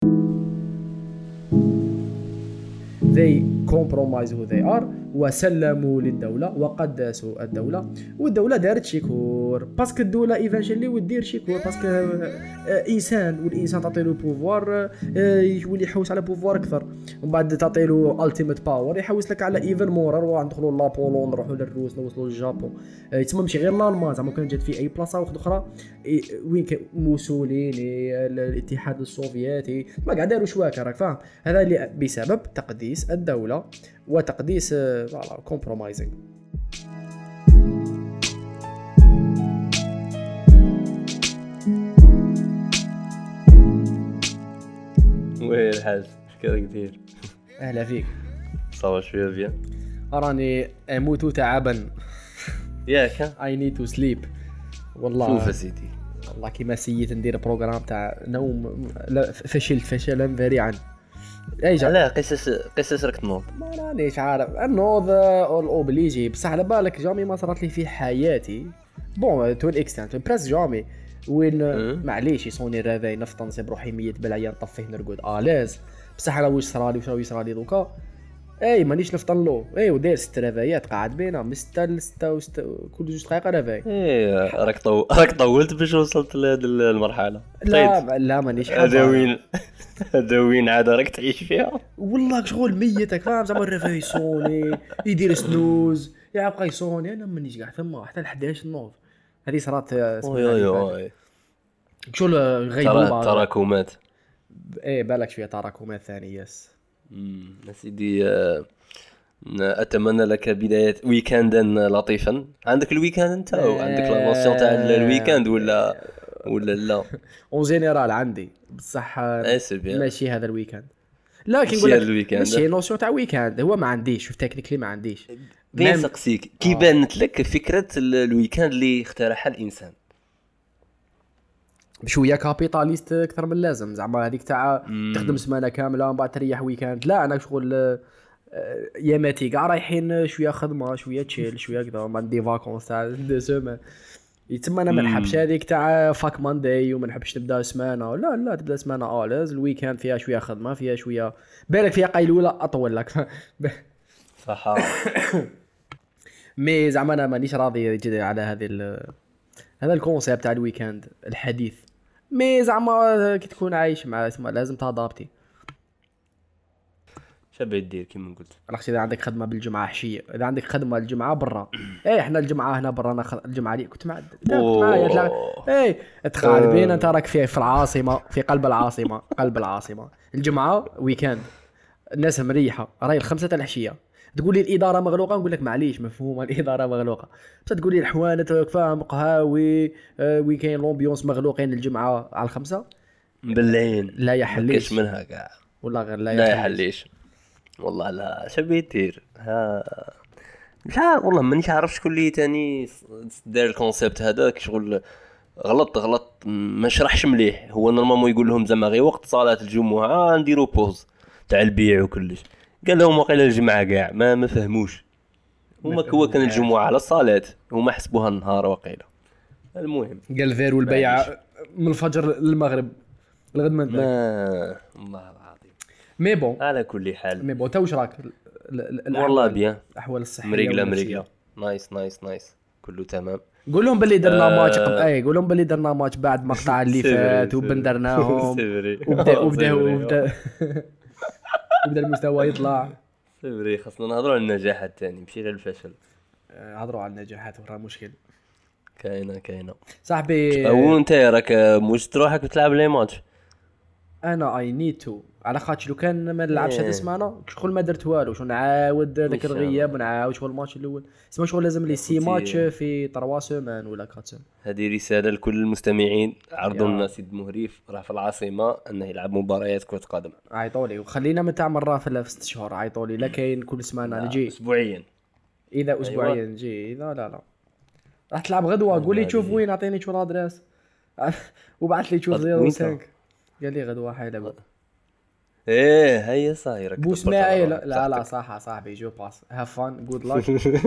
they compromise who they are وسلموا للدولة وقدسوا الدولة، والدولة دارت شيكور باسكو الدولة ايفانجيلي ودير شيكور باسكو انسان، والانسان تعطيله بوفوار يولي يحوس على بوفوار اكثر، ومن بعد تعطيله التيميت باور يحوس لك على ايفن مور، نروحوا ندخلوا لابولون نروحوا للروس نوصلوا للجابون، تما ماشي غير لالمان زعما كان جات في اي بلاصه واحده اخرى وين موسوليني الاتحاد السوفيتي ما قاعد داروا شواكه راك فاهم. هذا اللي بسبب تقديس الدوله وتقديس فوالا كومبرومايزينغ. وين الحاج كذا كثير؟ اهلا فيك. صافا شويه بيان، راني اموت تعبا ياك I need to sleep والله. شوف سيدي والله كيما سيت ندير بروغرام تاع نوم، لا فشلت فشلا ذريعا. اي جا لا قصص راك تنوض ما رانيش عارف النوض الاوبليجي، بصح على بالك جامي ما صارت لي في حياتي بون تو الاكستنت بريس جامي وين معليش يصوني رافاي نفطن نسيب روحي ميت بالعيان طفيه نرقد الاز، بصح انا واش صرالي واش يصرالي دوكا اي مانيش نفطن له اي ودير 6 رافايات قاعد بينا من 6 ل 6 كل جوج دقائق رافاي. ايه راك طولت باش وصلت لهذه المرحله. لا مانيش هذا وين عاد راك تعيش فيها والله شغل ميتك فاهم زعما الرافاي يصوني يدير سنوز يبقى يصوني، انا مانيش قاعد ثما حتى ل 11 نوض. هذه صارت شغل غيبوبه تراكمات. ايه بالك شويه تراكمات ثانيه يس. سيدي اتمنى لك بدايه ويكندا لطيفا. عندك الويكاند انت او عندك لانوسيون تاع الويكاند ولا لا؟ اون جينيرال عندي بصح ماشي هذا الويكاند، لكن نقول لك ماشي نوسيون تاع ويكاند هو ما عنديش شوف تكنيكلي ما عنديش. نسقسيك كي بانت لك فكره الويكاند اللي اخترعها الانسان؟ بشويه كابيتاليست اكثر من اللازم زعما هذيك تاع تخدم سمانه كامله ومن بعد تريح ويكاند. لا انا شغل ياماتي كاع رايحين شويه خدمه شويه تشيل شويه كذا ما عندي فاكونس تاع دو سيمين يتم. انا ما نحبش هذيك تاع فاك مانداي وما نحبش نبدا سمانه، لا تبدا سمانه الاز الويكاند فيها شويه خدمه فيها شويه بالك فيها قيلوله اطول لك صح. مي زعما انا مانيش راضي على هذا الكونسيبت تاع الويكاند الحديث. مي زعما كي تكون عايش مع اسمه لازم تادابتي. شبه يدير كيما قلت راك اذا عندك خدمه بالجمعه حشيه، اذا عندك خدمه الجمعه برا اي احنا الجمعه هنا برا. انا الجمعه اللي كنت معايا اي تخيل بينا انت راك في العاصمه في قلب العاصمه الجمعه ويكاند الناس مريحه راهي الخمسة تاع العشيه تقول لي الاداره مغلوقه نقول لك معليش مفهومه الاداره مغلوقه، بس تقول لي الحوانت فاهم قهاوي وين كاين لومبيونس مغلوقين الجمعه على الخمسة بالعين لا يحليش منها كاع والله غير لا يحليش والله. لا شبيه يدير ها مش عارف والله مانيش عارف شكون اللي تاني دار الكونسيبت هذاك شغل غلط ما شرحش مليح. هو نورمالمون يقول لهم زعما غير وقت صلاه الجمعه نديروا بوز تاع البيع وكلش، قال لهم وقيله الجمعه كاع ما فهموش هو كان الجمعه على الصلاه هما حسبوها النهار وقيله. المهم قال ذيروا البيع من الفجر للمغرب لغد من الله العظيم. مي بون على كل حال مي بون تا واش راك والله بيان الاحوال الصحيه مريقله نايس كله تمام. قول لهم باللي درنا ماتش قول لهم باللي درنا ماتش بعد مقطع اللي فات وبندرناهم وبدا المستوى يطلع سيبري. خاصنا نهضروا على النجاحات الثاني ماشي على الفشل. هضروا على النجاحات وراه مشكل كاينه صاحبي. او انت راك مش تروحك تلعب لي ماتش؟ انا اي نيد تو على خاطر لو كان ما نلعبش هذه السمانه شغل ما درت والو شو نعاود ذاك الغياب ونعاود شغل الماتش الاول اسمه شغل لازم لي 6 ماتش في 3 سيمين ولا 4 سيمين. هذه رساله لكل المستمعين عرضوا لنا سيد مهريف راه في العاصمه انه يلعب مباريات كره قدم. عيطولي وخلينا متاع مره في 6 شهور عيطولي لا كاين كل سمانه نجي اسبوعيا اذا اسبوعيا نجي اذا لا راح تلعب غدوه قول لي تشوف وين اعطيني شو الادريس وبعث لي تشوف 05 قال لي غدوه حيله ايه هي صايره بو اسماعيل لا صح صاحبي جو باس هاف فان جود لاك.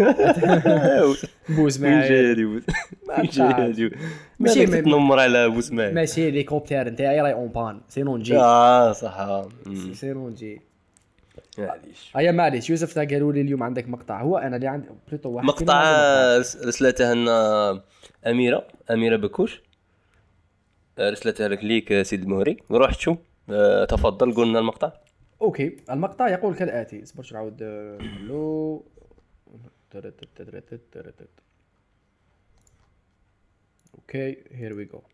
بو وين اسماعيل جاي ما وين تعرفش. جاي ماشي مالك تتنمر على ابو اسماعيل. ماشي ليكوبتير نتاعي راهي اون بان سينو نجي صح. سينو نجي. معليش. معليش يوسف تا قالوا لي اليوم عندك مقطع. هو انا اللي عندي بلوتو واحد فينا مقطع عنده مقطع. رسلتها لنا اميره بكوش، رسلتها لك ليك سيد المهري، روح شوف. تفضل قلنا المقطع. اوكي المقطع يقول كالاتي. اصبر شو نعاود لو اوكي هير وي جو.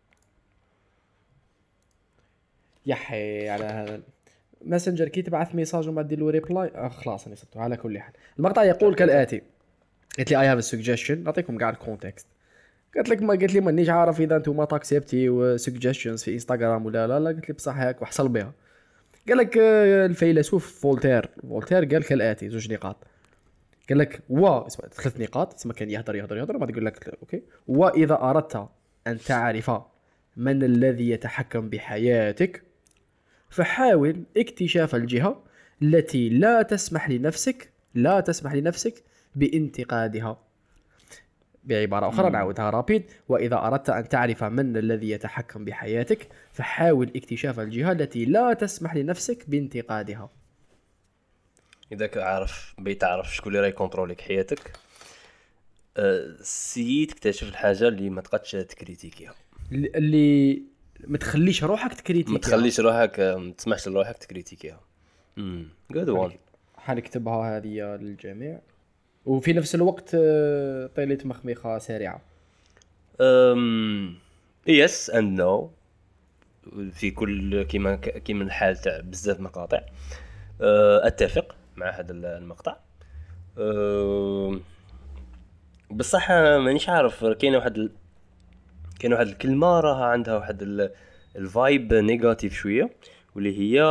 يحي على هذا ماسنجر كي تبعث ميساج وما دير له ريبلاي. خلاص انا صدته. على كل حال المقطع يقول كالاتي. قلت لي اي هاف ا سجستشن. نعطيكم كاع الكونتكست. قلت لي مانيش عارف اذا انتم ما تاكسبتي سجستشنز في انستغرام ولا لا. قلت لي بصح هيك وحصل بها. قال لك الفيلسوف فولتير قال كالاتي 2 نقاط. قال لك 3 نقاط. ثم كان يهضر ما تقول لك اوكي. واذا اردت ان تعرف من الذي يتحكم بحياتك فحاول اكتشاف الجهة التي لا تسمح لنفسك بانتقادها. بعبارة أخرى نعودها رابيد. وإذا أردت أن تعرف من الذي يتحكم بحياتك فحاول اكتشاف الجهة التي لا تسمح لنفسك بانتقادها. اذا عارف بيتعرف شكون اللي راي كونتروليك حياتك، سيت تكتشف الحاجه اللي ما تقدش تكريتيكيها، اللي ما تخليش روحك تكريتيكيها، ما تخليش روحك ما تسمحش لروحك تكريتيكيها. جود وان. حنكتبها هذه للجميع. وفي نفس الوقت طيلة مخمخة سريعة. يس اند نو في كل كيما الحال تاع بزاف مقاطع. اتفق مع هذا المقطع. بصح مانيش عارف كاينه واحد الكلمه راها عندها واحد الفايب نيجاتيف شويه، واللي هي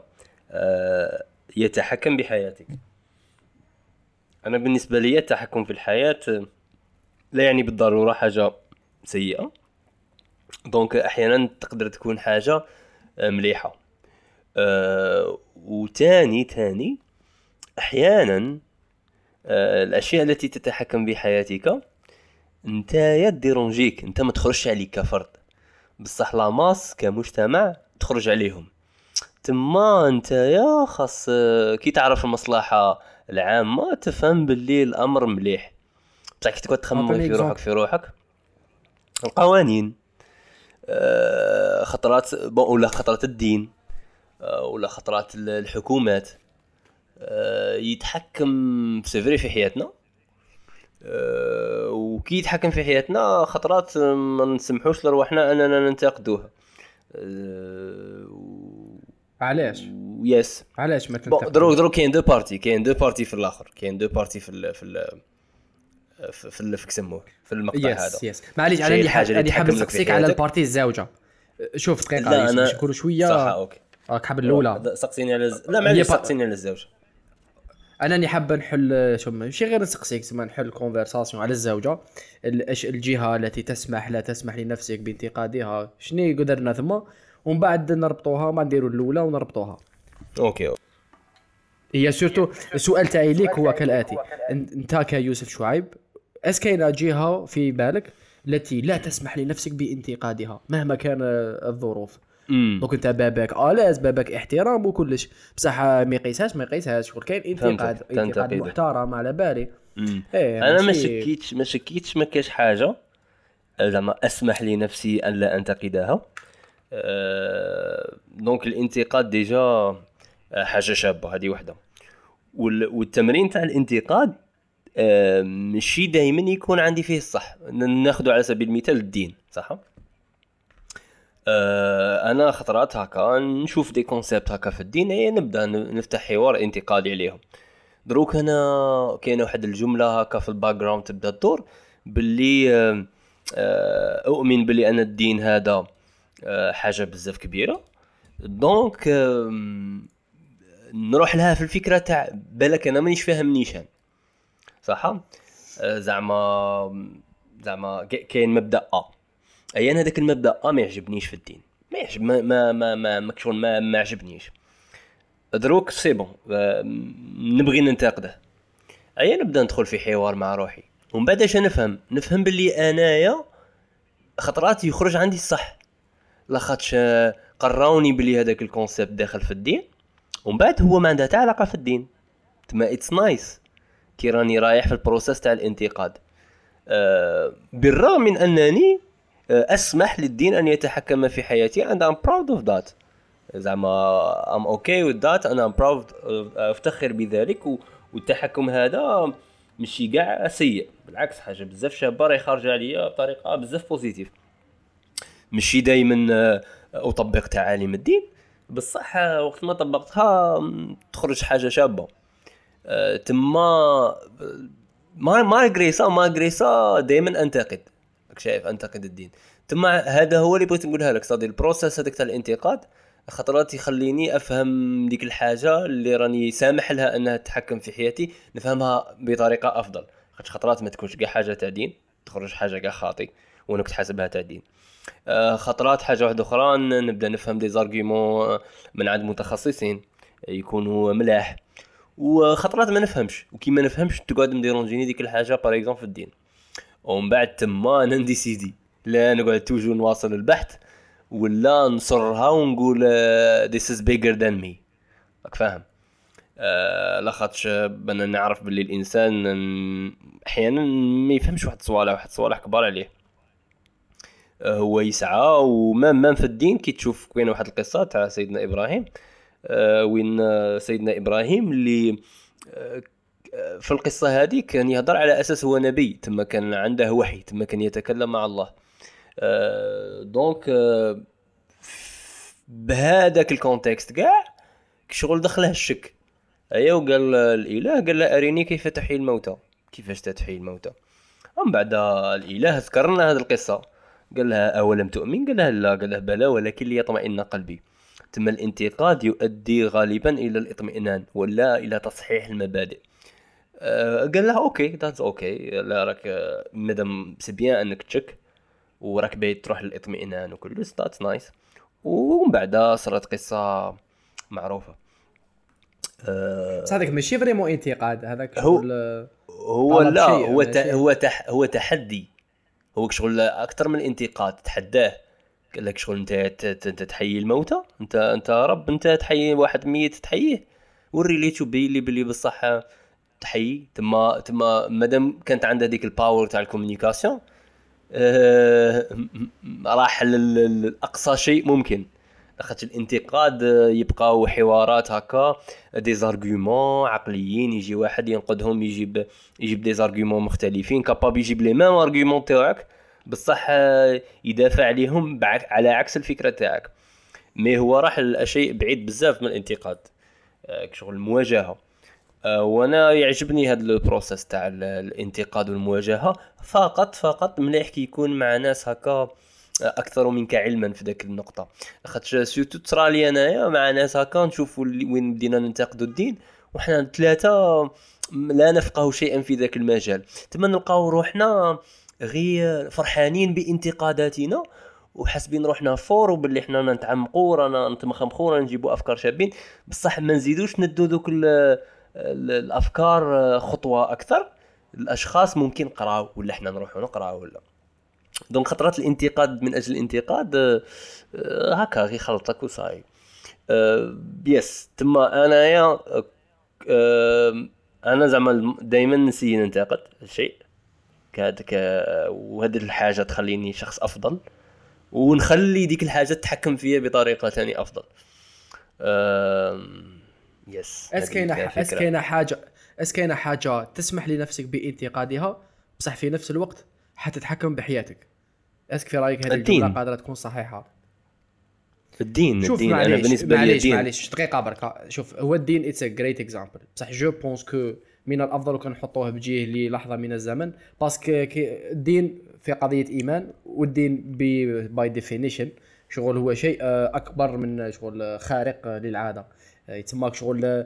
يتحكم بحياتك. انا بالنسبه لي التحكم في الحياه لا يعني بالضروره حاجه سيئه. دونك احيانا تقدر تكون حاجه مليحه. وتاني احيانا الاشياء التي تتحكم بحياتك انت يديرونجيك، انت ما تخرجش عليك كفرد، بصح لا ماس كمجتمع تخرج عليهم. تما انت يا خاص كي تعرف المصلحه العامه تفهم باللي الامر مليح. بصح كي تقعد تخمم في روحك القوانين خطرات ولا خطرات الدين ولا خطرات الحكومات يتحكم سيفري في حياتنا. وكي يتحكم في حياتنا خطرات ما نسمحوش لروحنا اننا ننتقدوها. علاش يس علاش ما تنتقدوش؟ دروك كاين دو بارتي في الاخر، كاين دو بارتي في كسموه في المقطع هذا. يس معليش انا اللي حاب نسقسيك على البارتي الزوجه. شوف دقيقه باش نكونوا شويه صح. اوكي راك حاب الاولى سقسيني على لا معليش سقسيني على الزوجه. انا اللي حاب نحل ماشي غير نسقسيك، سما نحل كونفرساسيون على الزوجه. الجهه التي لا تسمح لنفسك بانتقادها شنو قدرنا ثم، ومن بعد نربطوها ما نديروا الاولى ونربطوها. اوكي هي سورتو السؤال تاعي ليك هو كالاتي. انت كيوسف شعيب كاينه جهه في بالك التي لا تسمح لنفسك بانتقادها مهما كان الظروف؟ دونك انت بابك احترام وكلش، بصح ما يقيسهاش شغل كاين انتقاد محترم على بالي. انا ما شكيتش ما كاش حاجه زعما اسمح لنفسي ان لا انتقدها. دونك الانتقاد ديجا حاجه شابه هذه وحده. والتمرين تاع الانتقاد ماشي دائما يكون عندي فيه الصح. ناخذ على سبيل المثال الدين، صح؟ انا خطرات هكا نشوف دي كونسيبت هكا في الدين نبدا نفتح حوار انتقادي عليهم. دروك انا كاينه واحد الجمله هكا في الباك جراوند تبدا تدور باللي اؤمن باللي ان الدين هذا حاجه بزاف كبيره. دونك نروح لها في الفكره تاع بالك انا مانيش فاهم نيشان، صح؟ زعما كاين مبدا ايان هذاك المبدا ما يعجبنيش في الدين، ما يعجب ما عجبنيش. دروك سي بون نبغي ننتقده، اي نبدا ندخل في حوار مع روحي ومن بعد اش نفهم باللي انايا خطرات يخرج عندي الصح، لاخاطش قراوني بلي هذاك الكونسيبت داخل في الدين ومن بعد هو ما عنده حتى علاقه في الدين. تما اتس نايس كي راني رايح في البروسيس تاع الانتقاد، بالرغم من انني اسمح للدين ان يتحكم في حياتي and I'm proud of that. زعما I'm okay with that and I'm proud افتخر بذلك والتحكم هذا ماشي كاع سيء، بالعكس حاجه بزاف شابه راهي خارجه عليا بطريقه بزاف بوزيتيف. ماشي دائما اطبق تعاليم الدين، بصح وقت ما طبقتها تخرج حاجه شابه. تما ما غريسا دائما انتقد، شايف انتقد الدين. تما هذا هو اللي بغيت نقولها لك، صدي البروسيس هذاك تاع الانتقاد خطرات يخليني افهم ديك الحاجه اللي راني سامح لها انها تتحكم في حياتي نفهمها بطريقه افضل. خطرات ما تكونش كاع حاجه تاع دين تخرج حاجه كاع خاطئ وانا كنت حاسبها تاع دين. خطرات حاجه واحده اخرى نبدا نفهم دي زارغيومون من عند متخصصين يكونوا ملاح، وخطرات ما نفهمش وكي ما نفهمش تقعد مديرونجيني ديك الحاجه باغ اكزومبل في الدين. ومن بعد تما انا نديسيدي لا نقعد توجو نواصل البحث ولا نصرها ونقول this is bigger than me. راك فاهم؟ لاخاطش بنا نعرف باللي الانسان احيانا ما يفهمش واحد صوالح كبار عليه. هو يسعى وما في الدين كي تشوف كاين واحد القصه تاع سيدنا ابراهيم، وين سيدنا ابراهيم اللي في القصه هذه كان يهضر على اساس هو نبي، تما كان عنده وحي، تما كان يتكلم مع الله. دونك بهذاك الكونتكست كاع شغل دخله الشك. ايوا قال الاله قال له اريني كيف تحيي الموتى، كيفاش تحيي الموتى. ومن بعد الاله ذكرنا هذه القصه قال لها اولم تؤمن، قال لها لا، قال له بلى ولكن ليطمئن قلبي. تما الانتقاد يؤدي غالبا الى الاطمئنان ولا الى تصحيح المبادئ. قال لها اوكي ذاتس اوكي، لا راك مادام سي بيان انك تشك وراك باغي تروح للاطمئنان وكل ذاتس نايس. ومن بعد صارت قصه معروفه. صادق ماشي فريمون انتقاد هذاك هو لا هو تحدي، هو شغل اكثر من الانتقاد، تحداه. قال لك شغل انت تحيي الموتى، انت رب، انت تحيي واحد ميت تحييه، وري لي تشوف لي باللي بصح تحيي. تما مادام كانت عنده ديك الباور تاع الكومونيكاسيون راح لاقصى شيء ممكن. اخذت الانتقاد يبقاو حوارات هكا دي زارغومون عقليين، يجي واحد ينقدهم يجيب دي زارغومون مختلفين، كاباب يجيب لي ميم ارغومون تاعك بصح يدافع عليهم على عكس الفكره تاعك. مي هو راح الشيء بعيد بزاف من الانتقاد، شغل المواجهه. وانا يعجبني هذا البروسيس تاع الانتقاد والمواجهه، فقط مليح كي يكون مع ناس هكا اكثر منك علما في ذاك النقطه. خاطش سيرتو تصرا لي انايا مع ناس هكا نشوفوا وين بدينا ننتقدوا الدين وحنا ثلاثه لا نفقه شيئا في ذاك المجال، تما نلقاو روحنا غير فرحانين بانتقاداتنا وحاسبين روحنا فور وباللي احنا نتعمقوا رانا نتمخمخوا رانا نجيبوا افكار شابين، بصح ما نزيدوش ندو دوك الافكار خطوه اكثر. الاشخاص ممكن قراو ولا احنا نروحوا نقراو ولا. دونك خطرات الانتقاد من اجل الانتقاد هكا غير خلطك وصاي. يس تما انايا انا زعما دائما نسي ننتقد الشيء كهذاك، وهذه الحاجه تخليني شخص افضل ونخلي ديك الحاجه تتحكم فيا بطريقه ثانيه افضل. يس اسكينا حاجه تسمح لنفسك بانتقادها بصح في نفس الوقت حتتحكم بحياتك. اسك في رايك هذه الجمله قادره تكون صحيحه؟ الدين انا بالنسبه لي الدين معليش دقيقه بركه. شوف هو الدين اتس ا جريت اكزامبل، بصح جو بونس كو من الافضل كان نحطوه بجيه للحظه من الزمن، باسكو الدين في قضيه ايمان، والدين باي ديفينيشن شغل هو شيء اكبر من شغل خارق للعاده، يتسمى شغل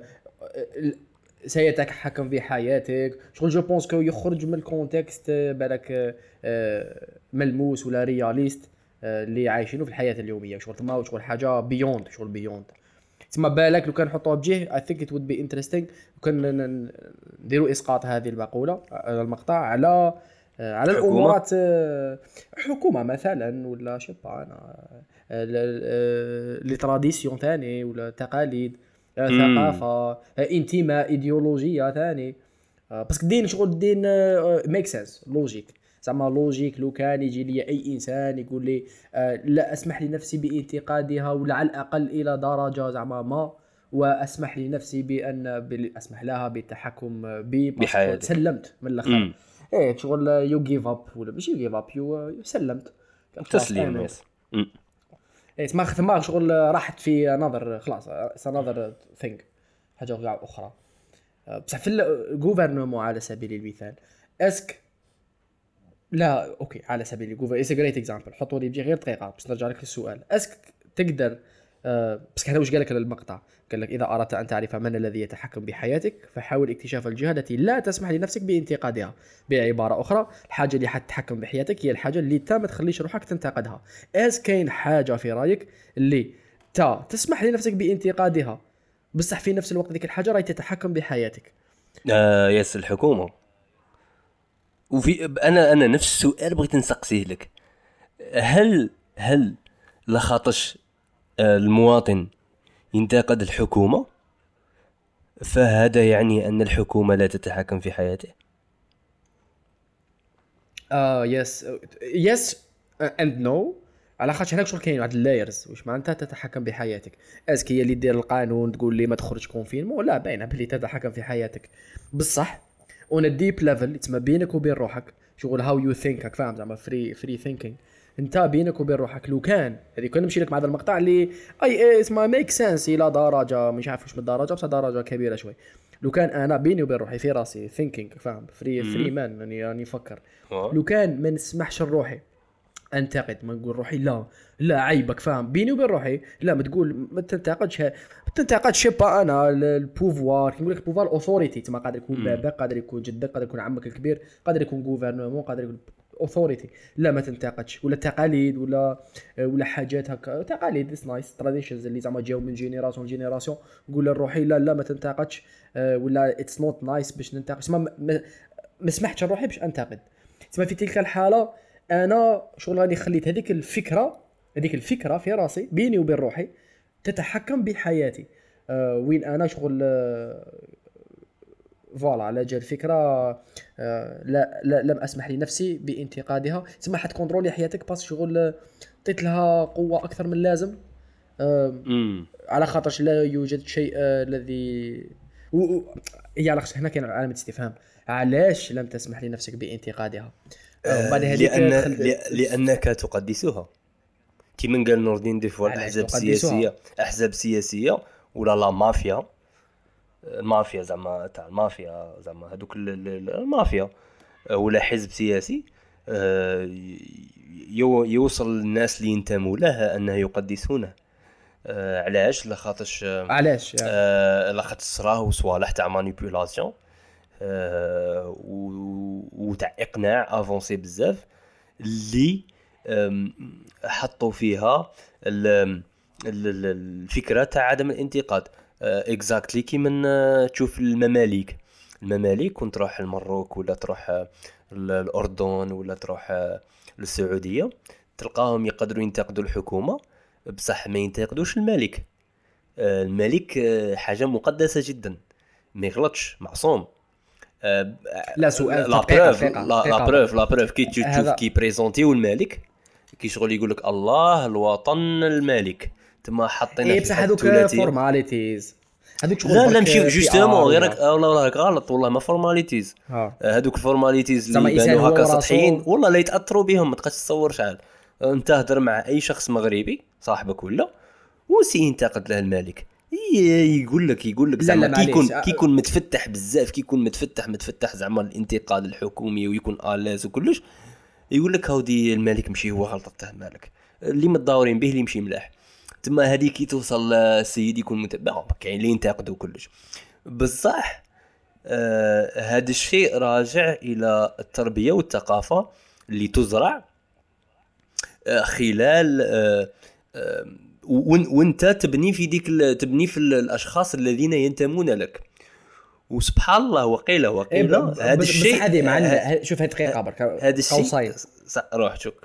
سيتحكم في حياتك. شغل جو بونس كو يخرج من الكونتكست بالك ملموس ولا رياليست اللي عايشينه في الحياه اليوميه. شغل ما شغل حاجه بيوند، شغل بيوند. تسمى بالك لو كان نحطوها بجهه I think it would be interesting. وكان نديروا اسقاط هذه المقوله المقطع على على حكومة. الامورات، حكومه مثلا ولا شبا انا لي تراديسيون ثاني ولا تقاليد، ثقافه، انتماء، ايديولوجيه ثاني. باسكو الدين شغل الدين ميك سنس لوجيك، زعما لوجيك. لو كان يجي لي اي انسان يقول لي لا اسمح لنفسي بانتقادها ولا على الاقل الى درجه زعما ما، واسمح لنفسي بان اسمح لها بالتحكم بي باسكو بحياتك. تسلمت من الاخر. ايه شغل يو جيف اب ولا ماشي يو جيف اب، يو سلمت تسليم. يس. ايه ما ختم شغل راحت في نظر خلاص نظر ثينك حاجه اخرى. بصح في الغوفرنمون على سبيل المثال اسك لا اوكي على سبيل الغوفر از جريت اكزامبل. حطوا لي بجي غير دقيقه باش نرجع لك للسؤال. اسك تقدر بس هذا واش قال لك المقطع؟ قال لك اذا اردت ان تعرف من الذي يتحكم بحياتك فحاول اكتشاف الجهه التي لا تسمح لنفسك بانتقادها. بعباره اخرى الحاجه اللي حتتحكم بحياتك هي الحاجه اللي انت ما تخليش روحك تنتقدها. اس كاين حاجه في رايك اللي تا تسمح لنفسك بانتقادها بصح في نفس الوقت ذيك الحاجه راهي تتحكم بحياتك؟ يس الحكومة. وفي انا نفس السؤال بغيت نسقسيه لك. هل لخاطش المواطن ينتقد الحكومة فهذا يعني ان الحكومة لا تتحكم في حياته؟ يس اند نو. على خاطر هناك شغل كاين واحد اللايرز. واش معناتها تتحكم بحياتك؟ اسك هي اللي دير القانون تقول لي ما تخرج كونفينمون؟ لا باينه بلي تتحكم في حياتك بصح اون ديب ليفل تسمى بينك وبين روحك شغل هاو يو ثينك. فاهم زعما فري ثينكينغ انت بينك وبين روحك. لو كان هذه كنا نمشي لك مع هذا المقطع اللي اي اسمه ميك سنس الى درجه مش عارف واش من الدرجه بس درجه كبيره شوي. لو كان انا بيني وبين روحي في راسي ثينكينغ فاهم فري مان يعني نفكر. لو كان ما نسمحش لروحي انتقد، ما نقول روحي لا عيبك فاهم بيني وبين روحي لا ما تقول ما تنتقدش شبا انا البوفوار كي نقول لك البوفوار اوثوريتي تما قادر يكون باباك قادر يكون جدك قادر يكون عمك الكبير قادر يكون غوفرنمون قادر يكون اوثوريتي. لا ما تنتقدش ولا تقاليد ولا حاجات هكا تقاليد نايس تراديشنز اللي زعما جاو من جينيراسيون لجينيراسيون نقول لروحي لا ما تنتقدش ولا اتس نوت نايس باش ننتقد ما سمحتش لروحي باش انتقد. تما في تلك الحاله انا شغل غادي خليت هذيك الفكره في راسي بيني وبين روحي تتحكم بحياتي. وين انا شغل فوالا على جال الفكره لا لم اسمح لنفسي بانتقادها. تسمى حتكونترولي حياتك باس شغل عطيت لها قوه اكثر من اللازم. على خاطرش لا يوجد شيء الذي هي على خاطر هنا كاين علامه استفهام علاش لم تسمح لنفسك بانتقادها. لأنك تقدسها كما قال نور الدين ديفوا احزاب سياسيه ولا لا مافيا المافيا زعما تاع المافيا زعما هذوك المافيا ولا حزب سياسي يوصل الناس اللي ينتموا له انه يقدسونه. علاش لخاطر صراو صوالح تاع مانيبيولاسيون وتاع اقناع افونسي بزاف اللي حطوا فيها الفكره تاع عدم الانتقاد. اكزاكتلي كي من تشوف المماليك كنت تروح المروك ولا تروح الاردن ولا تروح للسعوديه تلقاهم يقدروا ينتقدوا الحكومه بصح ما ينتقدوش الملك. الملك حاجه مقدسه جدا ما يغلطش معصوم. لا سؤال لا بروف كي تشوف كي بريزونتيو الملك كي شغل يقول لك الله الوطن الملك تما حاطين بصح هذوك فورماليتيز هذوك شغل لا نمشي جوستومون غيرك والله راك غلط والله ما فورماليتيز. هذوك الفورماليتيز اللي يبانوا هكا سطحيين والله لا يتاثروا بهم ما تبقاش تصور شحال. انت هضر مع اي شخص مغربي صاحبك ولا وسي ينتقد له الملك يقول لك زعما كيكون متفتح بزاف كيكون متفتح زعما الانتقاد الحكومي ويكون الاز وكلش يقول لك هاودي الملك مشي هو غلطته مالك اللي متداورين به اللي يمشي ملاح. تما هذه كي توصل السيد يكون متبع كاين اللي ينتقدوا كلش بصح. هذا الشيء راجع الى التربيه والثقافه اللي تزرع خلال وانت تبني في تبني في الاشخاص الذين ينتمون لك. وسبحان الله وقيل هذا الشيء بصح هذه مع شوف هذه دقيقه برك هذا الشيء قوسين روح شوف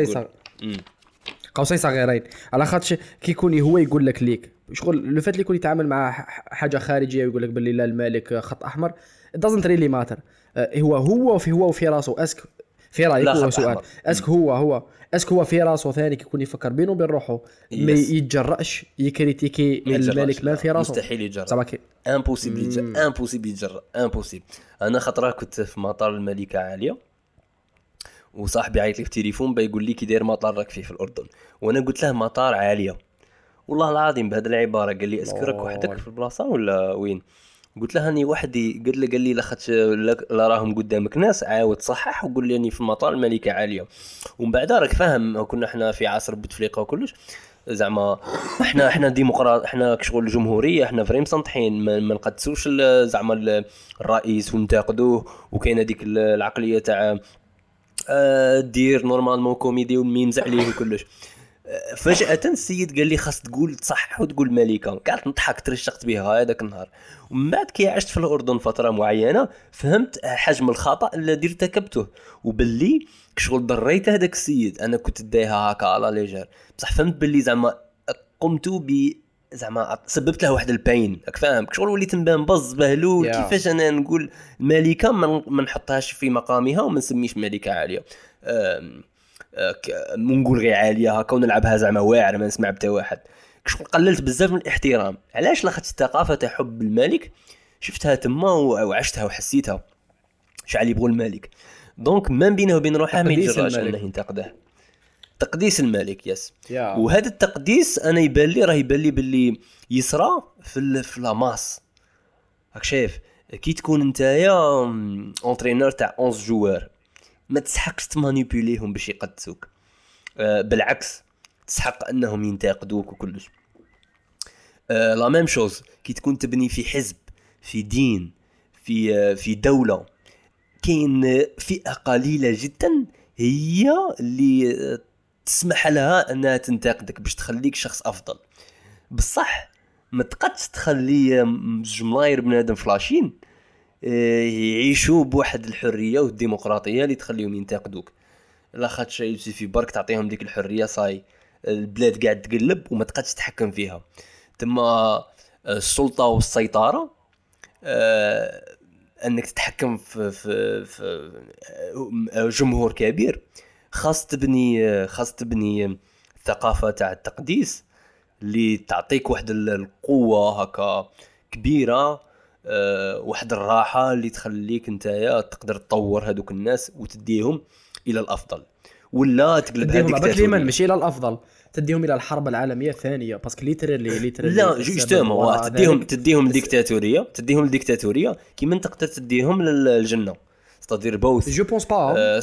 قوسين صغيرين على خاطر كيكون هو يقول لك ليك شغل لو فات اللي يكون يتعامل مع حاجه خارجيه ويقول لك باللي لا الملك خط احمر doesn't really matter. هو في راسه اسك في رايك هو سؤال اسك هو في راسه ثاني كيكون يفكر بينه وبين روحه ما يتجرأش يكريتيكي الملك ما في راسه مستحيل يتجرأ امبوسيبل يتجرأ امبوسيبل. انا خطره كنت في مطار الملكه عاليه وصاحبي عيط لي في التليفون بيقول لي كي داير مطار راك فيه في الاردن وانا قلت له مطار عاليه والله العظيم بهذه العباره قال لي اسكرك وحدك في البلاصه ولا وين قلت له هاني وحدي قال لي لاخاطش لا راهم قدامك ناس عاود صحح وقول لي اني في المطار الملكه عاليه. ومن بعد راك فاهم كنا احنا في عصر بوتفليقه وكلش زعما احنا ديمقراط احنا كشغل الجمهوريه احنا فريم سنطحين ما نقدسوش زعما الرئيس وننتقدوه وكاين هذيك العقليه تاع دير نورمالمون كوميدي والميمز عليه وكلش. فجأة السيد قال لي خاص تقول تصحح وتقول ملكة. قعدت نضحك ترشقت بها هذاك النهار. ومن بعد كي عشت في الأردن فترة معينة فهمت حجم الخطأ الذي ارتكبته وباللي كشغل ضريت هذاك السيد. أنا كنت دايها هكا على ليجر بصح فهمت باللي زعما قمت زعما سببت له واحد البين راك فاهم كشغل وليت نبان بز بهلول كيفاش أنا نقول ملكة ما نحطهاش في مقامها وما نسميش ملكة عالية نقول غير عاليه هكا ونلعبها زعما واعر ما نسمع بتا واحد. كشغل قللت بزاف من الاحترام. علاش لاخاطش الثقافه تاع حب الملك شفتها تما وعشتها وحسيتها شعل يبغوا الملك دونك ما بينه وبين روحه ما يجراش انه ينتقده. تقديس الملك يس وهذا التقديس انا يبان لي باللي يسرى في لاماس. راك شايف كي تكون نتايا اونترينور تاع 11 جوار ما تسحقش تمانيبيوليهم باش يقدسوك بالعكس تسحق انهم ينتقدوك وكلش. لا ميم شوز كي تكون تبني في حزب في دين في دولة كاين فئة قليلة جدا هي اللي تسمح لها انها تنتقدك باش تخليك شخص افضل. بصح ما تقدش تخلي جملاير بنادم فلاشين يعيشوا بواحد الحريه والديمقراطيه اللي تخليهم ينتقدوك. لا خاطر شيء في برك تعطيهم ديك الحريه صاي البلاد قاعد تقلب وما تقدش تتحكم فيها. تما السلطه والسيطره انك تتحكم في جمهور كبير خاص تبني الثقافه تاع التقديس اللي تعطيك واحد القوه هكا كبيره واحد الراحة اللي تخليك نتايا تقدر تطور هذوك الناس وتديهم إلى الأفضل ولا تقلب هذيك الدكتاتورية ماشي إلى الأفضل تديهم إلى الحرب العالمية الثانية باسكو ليترالي لا جوستومون تديهم الديكتاتورية كيما تقدر تديهم للجنة c'est-à-dire both je pense pas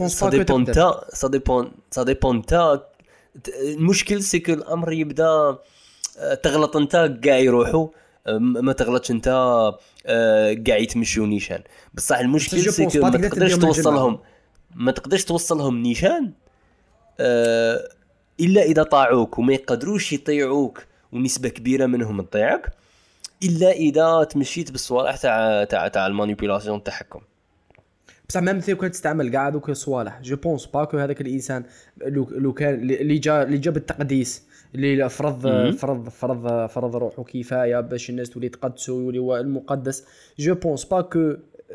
ça dépend تا المشكل سي كو الأمر يبدأ تغلط انت قاع يروحوا ما تغلطش انت قاعد يتمشيو نيشان. بصح المشكل سي ما تقدرش توصلهم نيشان الا اذا طاعوك وما يقدروش يطيعوك ونسبه كبيره منهم تطيعك الا اذا تمشيت بالصوالح تاع المانيبيولاسيون التحكم. بصح ما مثل كنت تستعمل كاع دوك الصوالح جو بونس با كو هذاك الانسان لو كان اللي جاب التقديس اللي فرض روحه كفايه باش الناس تولي تقدسه ويولي هو المقدس. جو بونس با كو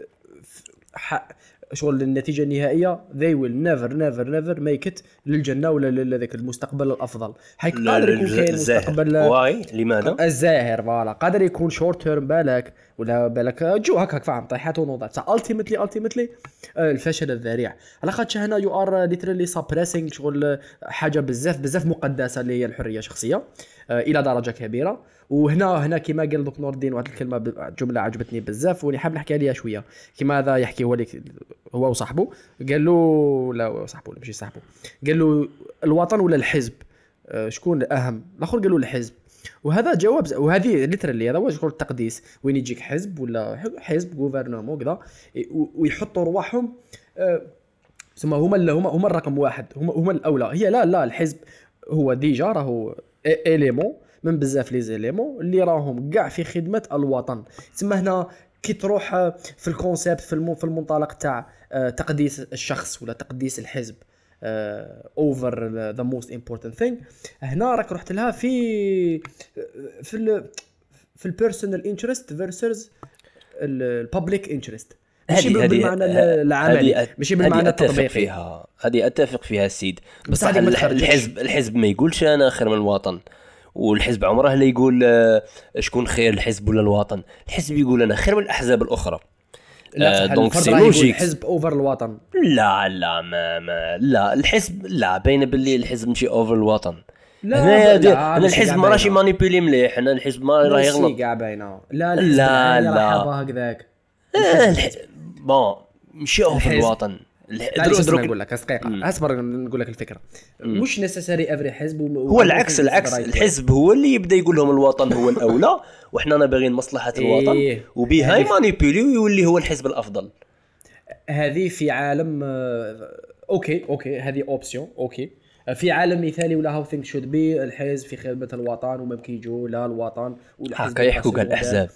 شغل النتيجه النهائيه they will never make it للجنه ولا لذاك المستقبل الافضل. قادر يكون كاين مستقبل واي لماذا الزاهر فوالا قادر يكون شورت تيرم بالك ولا بالك جو هكاك فاهم طيحات ونوضات التيميتلي الفشل الذريع على خاطر هنا يو ار ليترالي سابريسينغ شغل حاجه بزاف مقدسه اللي هي الحريه الشخصيه الى درجه كبيره. وهنا كما قال دكتور نور الدين واحد الكلمه جمله عجبتني بزاف وني حاب نحكي عليها شويه كما هذا يحكي هو وصاحبه قال له لا صاحبه ماشي صاحبه قال له الوطن ولا الحزب شكون الاهم الاخر قال له الحزب. وهذا جواب وهذه ليترالي هذا هو شغل التقديس وين يجيك حزب ولا حزب غوفرنمون كذا ويحطوا رواحهم ثم هم الرقم واحد هم الاولى. هي لا الحزب هو ديجا راهو اليمون من بزاف لي زيليمون اللي راهم كاع في خدمه الوطن. تما هنا كي تروح في الكونسيبت في المنطلق تاع تقديس الشخص ولا تقديس الحزب اوفر ذا موست امبورتانت ثينج، هنا راك رحت لها في البيرسونال انترست فيرسز البابليك انترست، ماشي بالمعنى العملي، ماشي بالمعنى التطبيقي. هذه اتفق فيها السيد، بس الحزب ما يقولش انا خير من الوطن، والحزب عمره لا يقول شكون خير الحزب ولا الوطن. الحزب يقول انا خير من الاحزاب الاخرى. دونك سي لوجيك الحزب اوفر الوطن. لا لا الحزب لا، باين باللي الحزب ماشي اوفر الوطن. انا الحزب ما راشي مانيبيولي مليح، انا الحزب ما راه يغلط كاع باينه. لا هكذاك بون ماشي اوفر الوطن. نقول لك دقيقه اصبر نقول لك الفكره. مش نيسيساري افري حزب هو العكس الحزب هو اللي يبدا يقول لهم الوطن هو الاولى وحنا باغيين مصلحه الوطن وبها يمانيبيولي ويولي هو الحزب الافضل. هذه في عالم اوكي هذه اوبسيون اوكي. في عالم مثالي ولا هاو ثينك شود بي الحزب في خدمه الوطن وما كيجوا لا الوطن والحزب يحكوا قال الاحزاب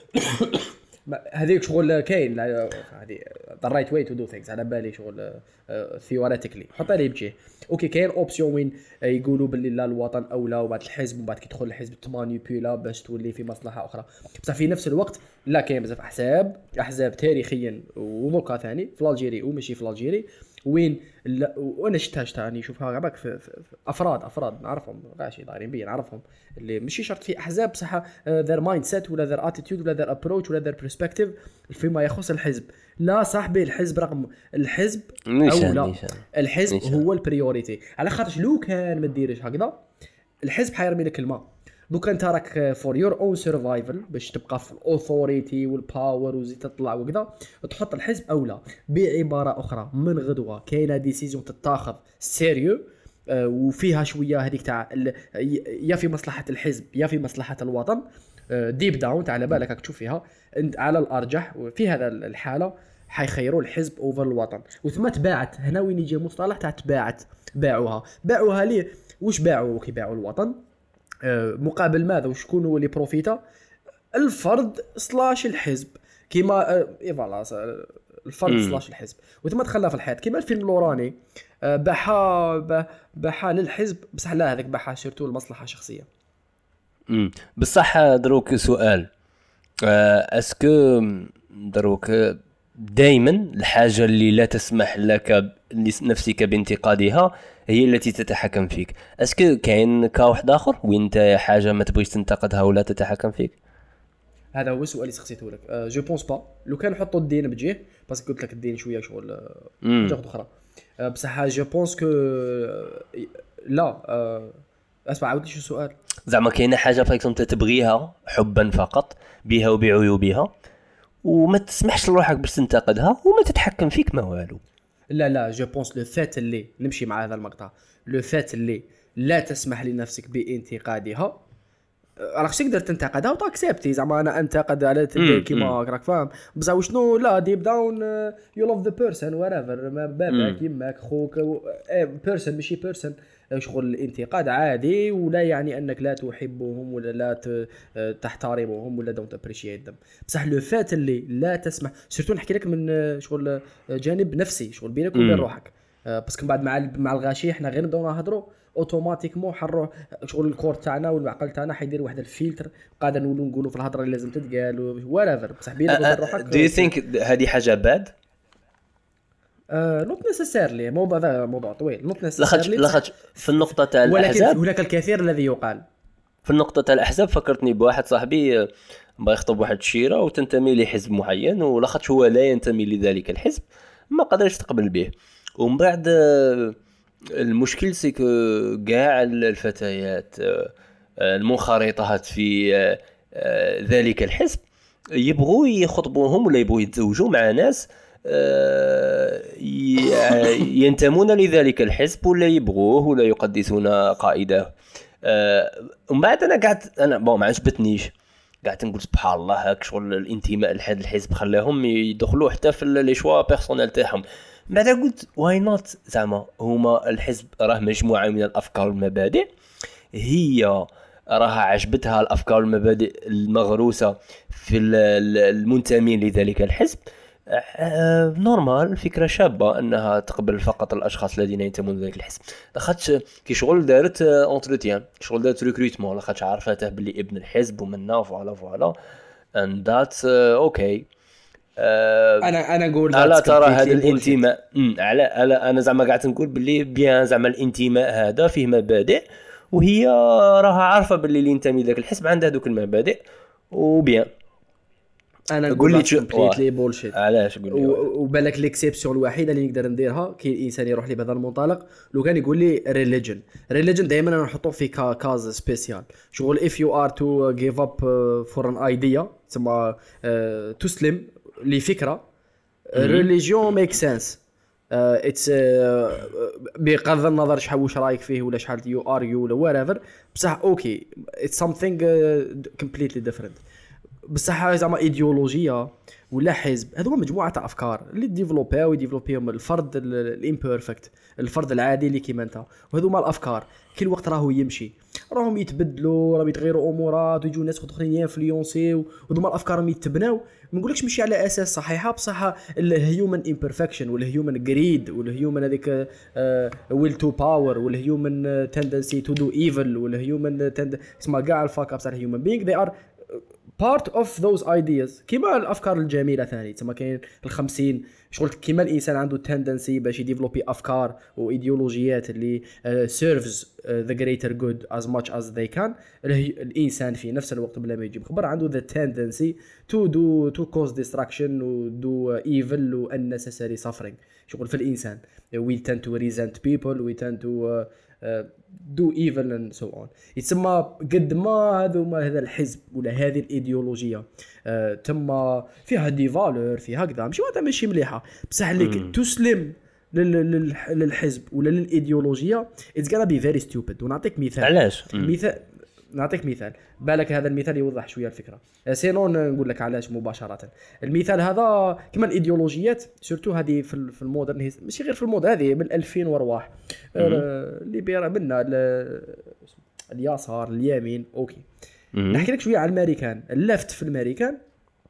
هذيك شغل كاين هذه the right way to do things على بالي شغل theoretically حط لي بجيه اوكي. كاين اوبسيون وين يقولوا باللي لا الوطن اولى وبعد الحزب ومن بعد كيدخل الحزب تمانيبيولا باش تولي في مصلحه اخرى. بصح في نفس الوقت لا كاين بزاف احزاب تاريخيا وموقع ثاني في الجيري وماشي في الجيري وين وانا شفتها راني نشوفها غابك في افراد نعرفهم غاشي دايرين بيه نعرفهم اللي ماشي شرط في احزاب بصح their mindset ولا their attitude ولا their approach ولا their perspective فيما يخص الحزب. لا صاحبي الحزب رقم الحزب أولى. الحزب هو البريوريتي على خاطرش لو كان ما ديرش هكذا الحزب حيرمي لك الماء. دوك انت راك فور يور اون سرفايفل باش تبقى في الاوثوريتي والباور وزيد تطلع وكذا تحط الحزب اولى. بعباره اخرى من غدوه كاينه ديسيزيون تتاخذ سيريو وفيها شويه هذيك تاع يا في مصلحه الحزب يا في مصلحه الوطن ديب داون على بالك راك تشوف فيها على الارجح في هذا الحاله حيخيروا الحزب اوفر الوطن. وثم تباعت هنا وين يجي المصطلح تاع تباعت باعوها ليه واش باعوا كي باعوا الوطن مقابل ماذا وشكون هو اللي بروفيتا الفرد سلاش الحزب كيما فوالا الفرد سلاش الحزب. وثم دخلنا في الحياه كيما الفيلم لوراني باحا للحزب بصح لا هذاك باحا سيرتو المصلحه الشخصيه. بصح دروك سؤال اسكو دروك دائما الحاجه اللي لا تسمح لك لنفسك بانتقادها هي التي تتحكم فيك. اسكو كاين واحد اخر وين انت حاجه ما تبغيش تنتقدها ولا تتحكم فيك؟ هذا هو السؤال اللي سقسيته لك. جو بونس با لو كان نحطوا الدين بجيه بس قلت لك الدين شويه شغل حاجه اخرى بصح جو بونس كو لا اسمع عاود لي شو السؤال. زعما كاينه حاجه فايك انت تبغيها حبا فقط بها وبعيوبها وما تسمحش لروحك باش تنتقدها وما تتحكم فيك ما والو. لا جو بونس لو فات اللي نمشي مع هذا المقطع لو فات اللي لا تسمح لنفسك بانتقادها راك تقدر تنتقدها وتاكسبتي زعما انا انتقد على كيما راك فاهم بصح وشنو لا ديب داون يو لاف ذا بيرسون ويريفر ما باباك يماك خوك بيرسون ماشي بيرسون شغل الانتقاد عادي ولا يعني انك لا تحبهم ولا لا تحترمهم ولا دونت ابريشيت دم. بصح لو فات اللي لا تسمح سيرتو نحكي لك من شغل جانب نفسي شغل بينك وبين روحك باسكو بعد مع الغاشي احنا غير نبداو نهضروا اوتوماتيكمون حرو شغل الكور تاعنا والعقل تاعنا حيدير واحد الفلتر قادر نقولوا في الهضره اللي لازم تتقال ولا بصح بينك وبين روحك. دو يو ثينك هذه حاجه باد؟ نوت نيسيسيرلي موضوع طويل نوت نيسيسيرلي لاخاطش في النقطه تاع الاحزاب ولكن هناك الكثير الذي يقال في النقطه تاع الاحزاب. فكرتني بواحد صاحبي بغى يخطب واحد الشيره وتنتمي لحزب معين ولاخاطش هو لا ينتمي لذلك الحزب ما قدرش تقبل به. ومن بعد المشكل سيكو كاع الفتيات المنخرطات في ذلك الحزب يبغوا يخطبوهم ولا يبغوا يتزوجوا مع ناس ينتمون لذلك الحزب ولا يبغوه ولا يقدسون قائده. ومن بعد انا ما عجبتنيش قاعد نقول سبحان الله هاك شغل الانتماء لهذا الحزب خلاهم يدخلوا حتى في لي شوا بيرسونيل تاعهم. بعد قلت واي نوت زعما هما الحزب راه مجموعه من الافكار والمبادئ هي راها عجبتها الافكار والمبادئ المغروسه في المنتمين لذلك الحزب، نورمال، فكره شابه انها تقبل فقط الاشخاص الذين ينتمون لذلك الحزب. لاخاطش كي شغل دارت اونتروتيان، شغل دارت ريكروتمون، لاخاطش عرفته باللي ابن الحزب ومنا فوالا and that's okay. انا نقول على ترى هذا الانتماء، على انا زعما قاعد نقول باللي بيان زعما الانتماء هذا فيه مبادئ، وهي راها عارفه باللي اللي ينتمي لذاك الحزب عنده هذوك المبادئ وبيان. انا نقول لك كومبليتلي بولشيت. علاش قول لي؟ وبالك ليكسيبسيون الوحيده اللي نقدر نديرها كي الانسان يروح لي بهذا المنطلق، لو كان يقول لي ريليجن دائما انا نحطوه في كاز سبيسيال. شغل if you are to give up for an idea، تسمى تسلم لفكره، religion makes sense. it's بغض النظر شحال واش رايك فيه ولا شحال you argue ولا whatever، بصح اوكي it's something completely different. بصح زعما ايديولوجيه ولا حزب، هذو مجموعه تاع افكار اللي ديفلوبيهم الفرد الامبيرفكت، الفرد العادي اللي كيما انت، وهذو ما الافكار كل وقت راهو يمشي، راهم يتبدلوا، راهم يتغيروا امورات، ويجوا ناس اخرين ينفلونسي، وهذو ما الافكار راهم يتبناو. ما نقولكش ماشي على اساس صحيحه، بصح الهيومن امبيرفكشن والهيومن جريد والهيومن هذيك ويل تو باور والهيومن تندنسي تو دو ايفل والهيومن اسمها كاع الفاك ابس تاع الهيومن بينغ they are part of those ideas. كيما الافكار الجميله ثاني، تما كاين ال50 شغل كيما الانسان عنده تندنسي باش يديفلوبي افكار وايديولوجيات اللي serves the greater good as much as they can. الانسان في نفس الوقت بلا ما يجيب خبر عنده the tendency to cause destruction و do evil و unnecessary suffering. شغل في الانسان we tend to resent people, we tend to do evil and so on. يتسمى قد ما هذا الحزب ولا هذه الايديولوجيه تم فيها دي فالور فيها كذا ماشي واحده ماشي مليحه، بصح لك تسلم للحزب ولا للايديولوجيه it's gonna be very stupid. ونعطيك مثال. علاش؟ نعطيك مثال، بالك هذا المثال يوضح شويه الفكره، سينون نقول لك علاش مباشره. المثال هذا كما الايديولوجيات سورتو هذه في المودرن، ماشي غير في المودرن، هذه من 2000 ورواح اللي بيرا منا اليسار اليمين اوكي. نحكي لك شويه على الامريكان. اللفت في الامريكان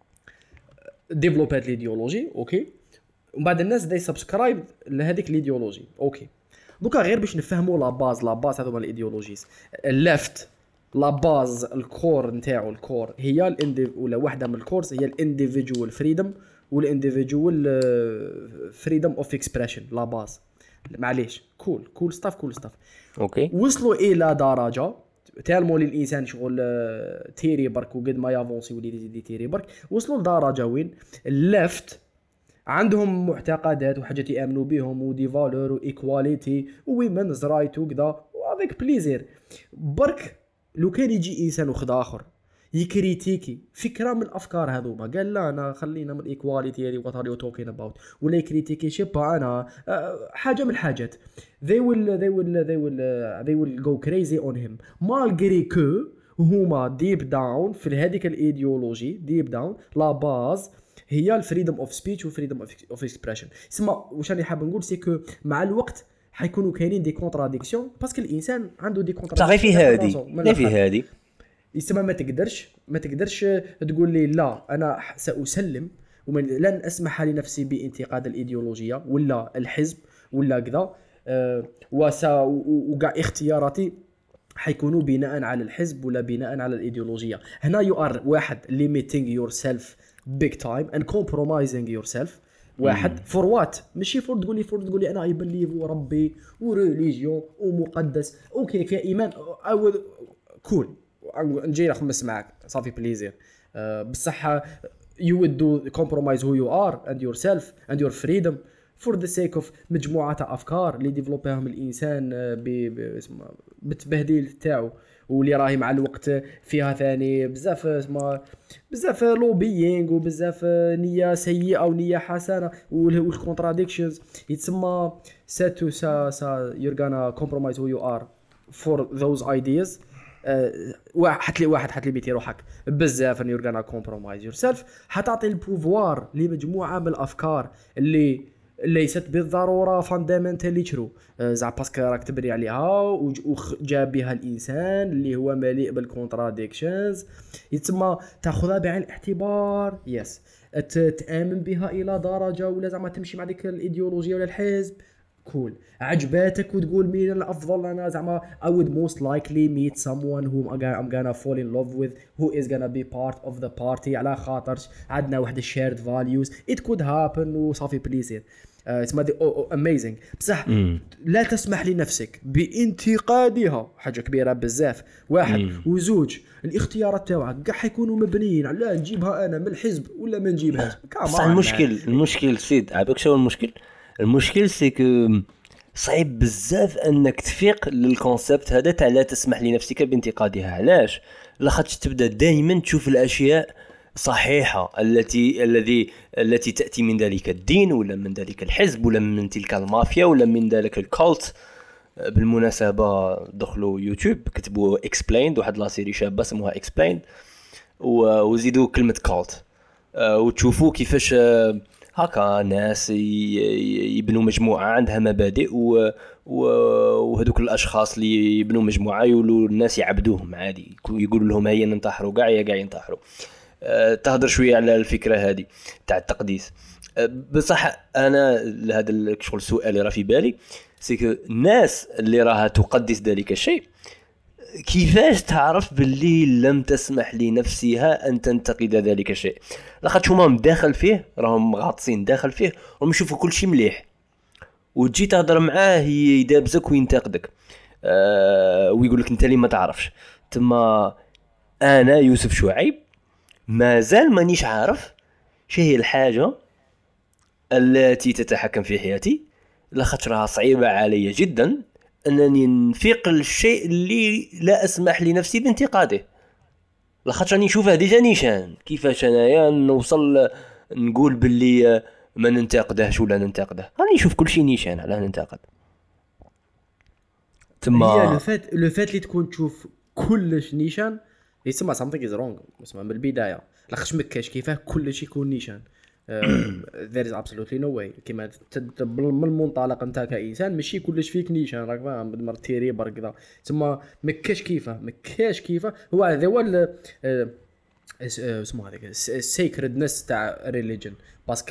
ديفلوبات الايديولوجي اوكي، ومن بعد الناس دي سبسكرايب لهذيك الايديولوجي اوكي. دوكا غير باش نفهموا لا باز هذوما الايديولوجيز. اللفت لا باز الكور نتاعو، الكور هي ولا واحده من الكورس هي الانديفيدوال فريدم والانديفيدوال فريدم اوف اكسبريشن. لا باز معليش كول ستاف اوكي. وصلوا الى درجه تالمو للانسان شغل تيري برك وقد ما يافونسي ولي تيري برك، وصلوا لدرجه وين اللفت عندهم معتقدات وحاجات يامنوا بهم ودي فالور وايكواليتي وويمنز رايت وكذا وافيك بليزير. برك لو كان يجي انسان وخد اخر يكريتيكي فكره من الافكار هذوما، قال لا انا خلينا من الايكواليتي هذه وات ار يو توكين اباوت، ولا يكريتيكي شيبا انا حاجه من الحاجات they will go crazy on him malgré que هما ديب داون في هذيك الايديولوجي ديب داون لا باز هي الفريدم اوف سبيتش وفريدم اوف اكسبريشن. اسمع واش راني حاب نقول سيكو مع الوقت حيكونوا كاينين دي كونتراديكسيون باسكو الانسان عنده دي كونتراديكسيون. في هذه يسمى ما تقدرش تقول لي لا انا سأسلم ولن اسمح لنفسي بانتقاد الايديولوجيه ولا الحزب ولا كذا وقع اختياراتي حيكونوا بناء على الحزب ولا بناء على الايديولوجيه. هنا you are واحد limiting yourself big time and compromising yourself. واحد فور وات ماشي فور تقول لي انا اي بليف وربي وريليجيون ومقدس اوكي فيها ايمان كول نجي نخمس معك صافي بليزير بصح you would do compromise who you are and yourself and your freedom for the sake of مجموعة أفكار اللي ديفلوبيهم الإنسان بالتبهديل تاعو واللي راهي مع الوقت فيها ثاني بزاف لوبيينغ وبزاف نية سيئة ونية حسنة والكونتراديكشنز. يتسمى you're gonna compromise who you are for those ideas. حت لي بيتي روحك بزاف you're gonna compromise yourself. حتعطي البوفوار لمجموعة من الأفكار اللي ليست بالضروره فاندامنتالي ترو، زعما باسكو راك تبني عليها وجاب بها الانسان اللي هو مليء بالكونتراديكشنز، يتسمى تاخذها بعين الاعتبار. يس تامن بها الى درجه، ولا زعما تمشي مع ديك الايديولوجيا ولا الحزب كول عجباتك وتقول مين الافضل. انا زعما I would most likely meet someone whom I'm gonna fall in love with who is gonna be part of the party على خاطرش عندنا واحد shared values. it could happen وصافي بليزير. اسمها دي اميزينغ بصح. لا تسمح لنفسك بانتقادها، حاجه كبيره بزاف. واحد وزوج الاختيارات تاعك كاع حيكونوا مبنيين على نجيبها انا من الحزب ولا ما نجيبهاش. صح. المشكل سيد عباك شو المشكل سيكو صعيب بزاف انك تفيق للكونسيبت هذا تاع لا تسمح لنفسك بانتقادها. علاش؟ لاخاطش تبدا دائما تشوف الاشياء صحيحه التي تاتي من ذلك الدين ولا من ذلك الحزب ولا من تلك المافيا ولا من ذلك الكولت. بالمناسبه دخلوا يوتيوب كتبوا explained، واحد لا سيري شابه اسمها explained، وزيدوا كلمه كولت وتشوفوا كيفاش هكا ناس يبنوا مجموعة عندها مبادئ وهذوك الأشخاص اللي يبنوا مجموعة يقولوا الناس يعبدوهم عادي، يقولوا لهم هيا ننتحروا قاع ينتحروا. تهدر شوية على الفكرة هذه تاع التقديس. بصح أنا هذا الشغل السؤال اللي راه في بالي سيكو الناس اللي راها تقدس ذلك الشيء كيفاش تعرف باللي لم تسمح لنفسها أن تنتقد ذلك الشيء؟ لاخاطش هما مداخل فيه، راهم غاطسين داخل فيه وهم يشوفوا كل شيء مليح، وتجي تهضر معاه يدابزك وينتقدك ويقول لك انت لي ما تعرفش. تما انا يوسف شعيب مازال مانيش عارف شو هي الحاجه التي تتحكم في حياتي، لاخاطش راها صعيبه علي جدا انني نفيق الشيء اللي لا اسمح لنفسي بانتقاده. لاخاطش راني نشوفه ديجا نيشان كيفاش انايا نوصل نقول باللي ما ننتقدهش ولا ننتقده. راني نشوف كل شيء نيشان على ننتقد. تما هي لو فات اللي تكون تشوف كلش نيشان يسمى something is wrong. اسمع من البدايه لاخاطش مكاش كيفاه كلش يكون نيشان. there is absolutely no way. كيما من المنطلق انت كإنسان ماشي كلش فيك نيشان، راك فاهم مرتيري برك كذا. تما مكاش كيفه هو هذا هو اسمه هذاك sacredness تاع religion. باسكو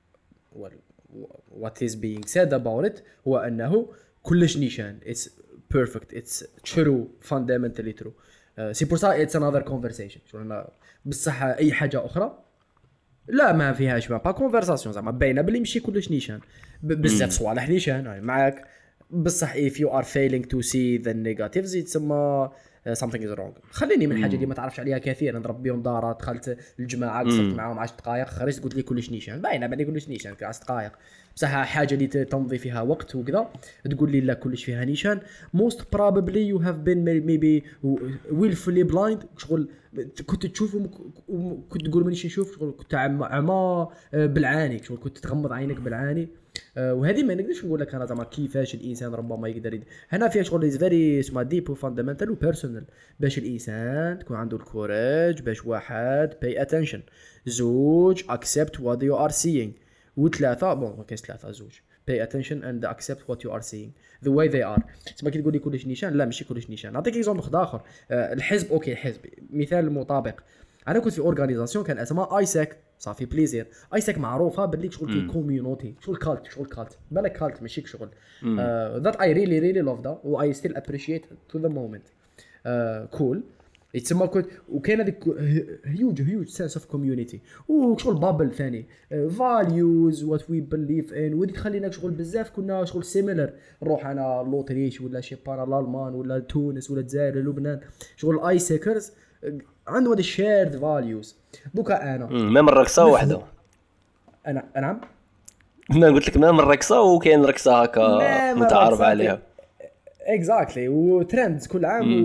what is being said about it هو انه كلش نيشان. it's perfect, it's true, fundamentally true. c'est pour ça it's another conversation. شو بصح اي حاجه اخرى لا ما فيهاش با كونفرساسيون زعما باينه بلي ماشي كلش نيشان. بزاف صوالح نيشان معاك بصح if you are failing to see the negatives يتسمى something is wrong. خليني من حاجه اللي ما تعرفش عليها كثير نضرب بهم دارات، دخلت الجماعه قصرت معاهم 10 دقائق خرجت قلت لي كلش نيشان باينه بلي كلش نيشان 10 دقائق. بصح حاجه اللي تمضي فيها وقت وكذا تقول لي لا كلش فيها نيشان most probably you have been maybe willfully blind. شغل كنت تشوفه كنت تقول مانيش نشوف، شغل كنت عمى بالعاني، شغل كنت تغمض عينك بالعاني. وهذه ما نقدرش نقول لك انا زعما كيفاش الانسان ربما يقدر هنا فيها شغل از فيري اسمها ديب وفاندامنتال وبيرسونال باش الانسان تكون عنده الكوراج باش واحد باي اتنشن، زوج accept what you are seeing، وثلاثه بون ما كاينش ثلاثه زوج pay attention and accept what you are seeing the way they are. تسمى كي تقول لي كلش نيشان لا ماشي كلش نيشان. نعطيك اكزومبل اخر. الحزب اوكي حزب مثال مطابق. انا كنت في اورغانيزاسيون كان اسمها ايساك صافي بليزير. ايساك معروفه باللي شغل كي كوميونيتي شغل كالت بالك كالت ماشي شغل that I really love that و I still appreciate to the moment cool. يتسمى وكاين هذيك هيوج سنس اوف كوميونيتي وشغل بابل ثاني فاليوز وات وي بليف ان ودي تخلينا شغل بزاف كنا شغل سيميلر. نروح انا لوطريش ولا شي بارا الالمان ولا تونس ولا الجزائر ولا لبنان شغل اي سيكرز عندهم هذه شيرد فاليوز. دوكا انا ما من رقصه واحده انا نعم ما قلت لك ما من رقصه وكاين رقصه هكا متعارف عليها اكزاكتلي وترندز كل عام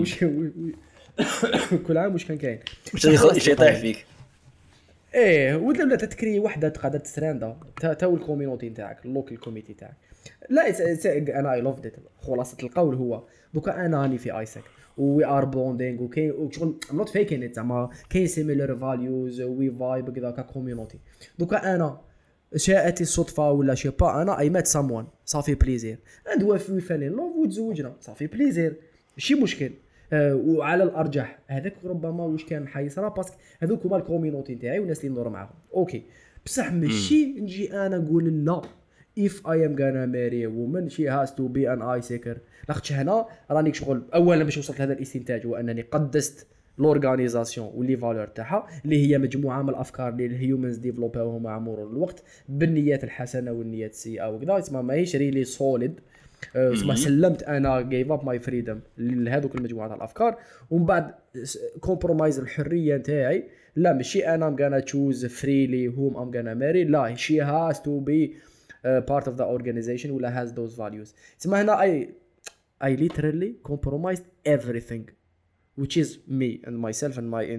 كل عام واش كان كاين شي يطيح فيك ايه ولا تتكري وحده تقدر تسراندا تا الكوميونيتي نتاعك اللوكال كوميتي تاعك. لا انا اي لوفد ات. خلاصه القول هو دوكا انا راني في ايساك وي ار بوندينغ وكاين شغل ام نوت فيكين ات زعما كاين سيميلر فاليوز وي فايب كذا ككوميونيتي. دوكا انا شاءت الصدفه ولا شي با انا اي مات ساموان صافي بليزير اند وي فال ان لوف وتزوجنا صافي بليزير ماشي مشكل. وعلى الارجح هذاك ربما واش كان حيصرا باسكو هذوك هما الكوميونيتي تاعي والناس اللي ندور معاهم اوكي. بصح ماشي نجي انا نقول لا if I am gonna marry a woman she has to be an eye seeker. لاختش هنا راني شغل اولا باش وصلت لهذا الاستنتاج هو انني قدست لورغانيزاسيون واللي فالور تاعها اللي هي مجموعه من الافكار اللي الهيومنز ديفلوباوهم مع مرور الوقت بالنيات الحسنه والنيات السيئه وكذا. تسمى ماهيش ريلي سوليد. تسمى سلمت انا جيف اب ماي فريدم لهذوك المجموعه الافكار ومن بعد كومبرومايز الحريه نتاعي. لا ماشي انا gonna choose freely whom I'm gonna marry. لا she has to be part of the organization ولا has those values. تسمى هنا I literally compromised everything which is me and myself and my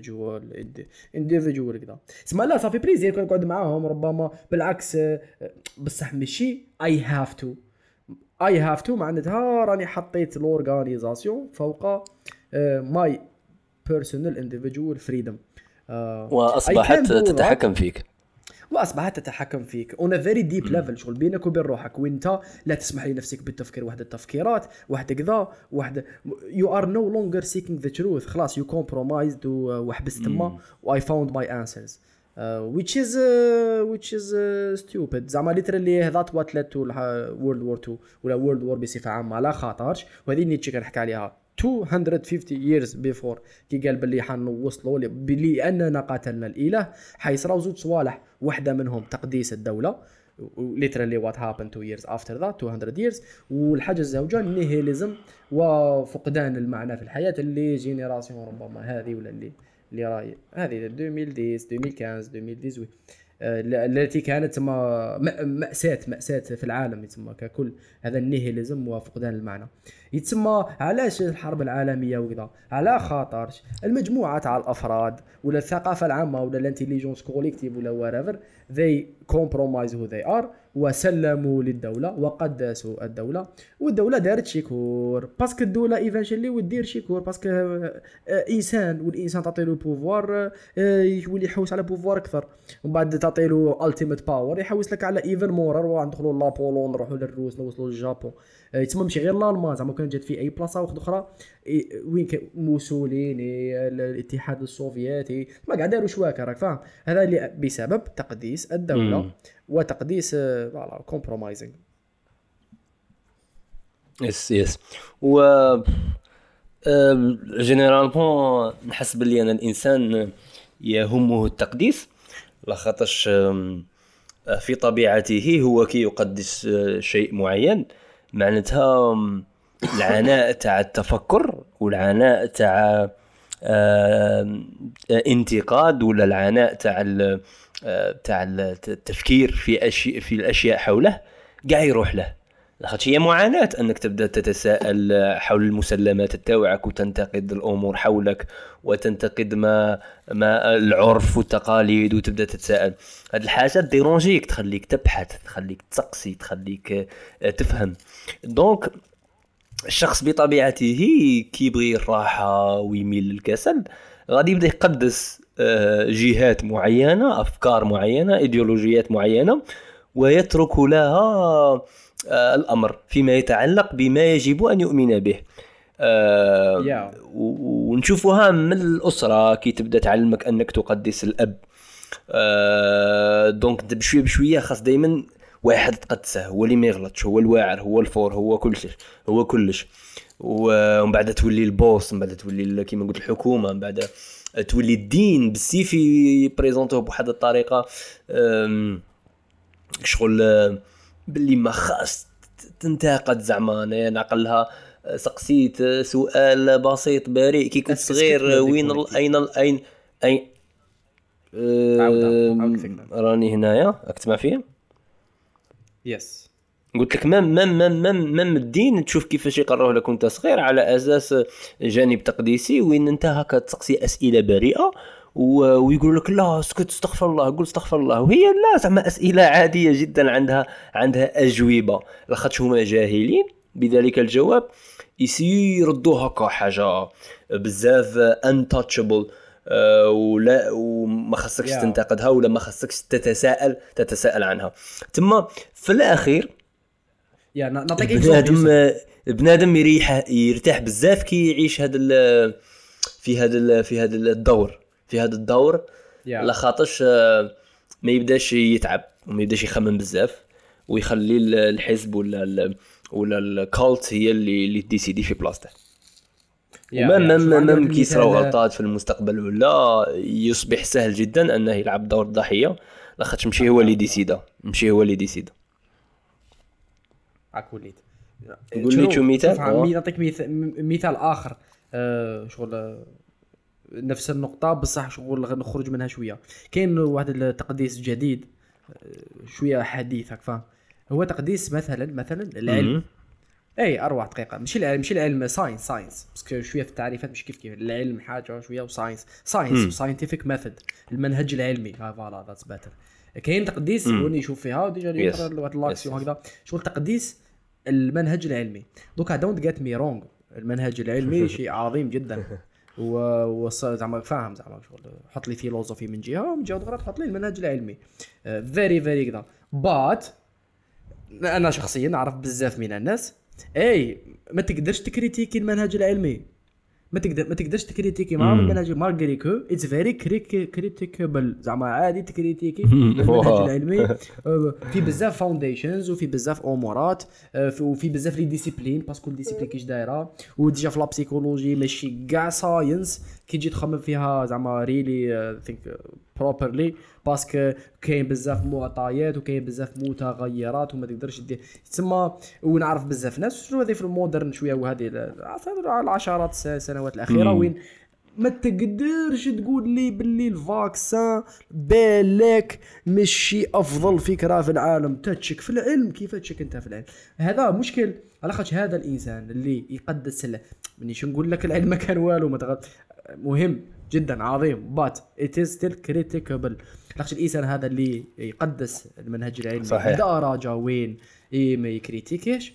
individual كذا. تسمى لا صافي بليزير كون نقعد معاهم ربما بالعكس بصح ماشي I have to معناتها راني حطيت لورغانيزاسيون فوق my personal individual freedom. واصبحت تتحكم فيك واصبحت تتحكم فيك on a very deep level. شغل بينك وبين روحك وانت لا تسمح لنفسك بالتفكير واحد التفكيرات واحد كذا واحد you are no longer seeking the truth. خلاص you compromised وحبست تما I found my answers which is stupid. زعما literally that what led to World War II ولا World War بصفة عامة على خاطرش وهذه نيتشه كنحكي عليها 250 years before كي قال باللي حنوصلوا بلي اننا قاتلنا الاله حيصراو زوج صوالح. واحده منهم تقديس الدوله literally what happened 2 years after that 200 years. والحاجه الزوجه النيهيليزم وفقدان المعنى في الحياه اللي جينيراسيون ربما هذه ولا اللي راهي هذه 2010 2015 2018 التي كانت مأساة في العالم يتسمى ككل. هذا النيهيليزم وفقدان المعنى يتسمى. علاش الحرب العالميه وكذا؟ على خاطر المجموعه تاع الافراد ولا الثقافه العامه ولا الانتيليجنس كوليكتيف ولا whatever they compromise who they are وسلموا للدوله وقدسوا الدوله. والدوله دارت شيكور باسكو الدوله ايفانشلي ودير شيكور باسكو انسان والانسان تعطيله بوفوار يولي يحوس على بوفوار اكثر ومن بعد تعطيله التيميت باور يحوس لك على ايفن مورر وندخلوا لابولون نروحوا للروس نوصلوا للجابون. تسمى ماشي غير الالمان زعما كان جات في اي بلاصه اخرى وين موسوليني الاتحاد السوفيتي ما قاعد داروا شواكه راك فاهم. هذا اللي بسبب تقديس الدوله وتقديس فوالا كومبرومايزينغ. يس و جينيرالمون نحس بلي انا الانسان يهمه التقديس لخاطرش في طبيعته هو كي يقدس شيء معين معناتها العناء تاع التفكر والعناء تاع انتقاد ولا العناء تاع التفكير في الاشياء حوله قاع يروح له. لاخاطش هي معاناة انك تبدا تتساءل حول المسلمات تاعك وتنتقد الامور حولك وتنتقد ما العرف والتقاليد وتبدا تتساءل. هاد الحاجه ديرونجيك تخليك تبحث تخليك تسقسي تخليك تفهم. دونك الشخص بطبيعته كي يبغي الراحه ويميل للكسل غادي يبدا يقدس جهات معينه افكار معينه ايديولوجيات معينه ويترك لها الأمر فيما يتعلق بما يجب أن يؤمن به. ونشوفها من الأسرة كي تبدأ تعلمك أنك تقدس الأب. دونك بشوية بشوية خاص دايما واحد تقدسه هو اللي ما يغلطش هو الواعر هو الفور هو كلش ومن بعد تولي البوس من بعد تولي كيما قلت الحكومة من بعد تولي الدين بالسيف يبريزونتوه بواحد الطريقة شغل باللي ما خاص تنتقد. زعما انا نعقلها سقسيت سؤال بسيط بريء كي كنت صغير وين اين راني هنايا راك تسمع فيه يس قلت لك مم الدين تشوف كيفاش يقرروه لك وانت صغير على اساس جانب تقديسي وين انت هكا تسقسي اسئله بريئه ويقول لك لا اسكت استغفر الله قول استغفر الله وهي لا زعما اسئله عاديه جدا عندها اجوبه لاخاطش هما جاهلين بذلك الجواب يردوها كحاجه بزاف untouchable وما خصكش Yeah. تنتقدها ولا ما خصكش تتساءل عنها. تما في الاخير نعطيك البنادم يرتاح بزاف كي يعيش في هذا الدور لا خاطرش ما يبداش يتعب وما يبداش يخمم بزاف ويخلي الحزب ولا الكولت هي اللي ديسيدي في بلاصته. ومام كي يصراو غلطات في المستقبل ولا يصبح سهل جدا انه يلعب دور الضحيه لاخاطش ماشي هو اللي ديسيدا. عكوليت قول لي شو مثال. نعطيك مثال اخر شغل نفس النقطه بصح شغل نخرج منها شويه. كاين واحد التقديس جديد شويه حديث هكا، هو تقديس مثلا العلم. اي اروع دقيقه ماشي العلم ساينس باسكو شويه في التعريفات مش كيف العلم حاجه شويه وساينس ساينتيفيك ميثود المنهج العلمي فوالا ذاتس باتر. كاين تقديس وني نشوف فيها ديجا واحد لاكسيون هكذا شغل تقديس المنهج العلمي. دوكا دونت جيت مي رونغ، المنهج العلمي شيء عظيم جدا زعما فاهم زعما شغل حط لي فيلوزوفي من جهه ومن جهه اخرى تحط لي المنهج العلمي فيري كذا. بات انا شخصيا نعرف بزاف من الناس ما تقدرش تكريتيكي المنهج العلمي، ما تقدرش تكريتيكي مع المنهج مارغريكو اتس فيري كريتيكابل زعما عادي تكريتيكي المنهج العلمي. في بزاف فاونديشنز وفي بزاف امورات وفي بزاف لي ديسيبلين باسكو الديسيبلين كيش دايره وديجا في لا بسيكولوجي ماشي كاع ساينس كي تجي تخمم فيها زعما ريلي ثينك بروبرلي باسكو كاين بزاف معطيات وكاين بزاف متغيرات وما تقدرش دير تسمى. ونعرف بزاف ناس شنو هذه في المودرن شويه وهذه العشرات السنوات الاخيره وين ما تقدرش تقول لي باللي الفاكسان بالك ماشي افضل فكره في العالم. تشك في العلم كيف تشك انت في العلم؟ هذا مشكل على خاطر هذا الانسان اللي يقدس مني شو نقول لك العلم ما كان والو مهم جدا عظيم but it is still critical. لاخاطش الانسان هذا اللي يقدس المنهج العلمي بدرجه وين ما يكريتيكيش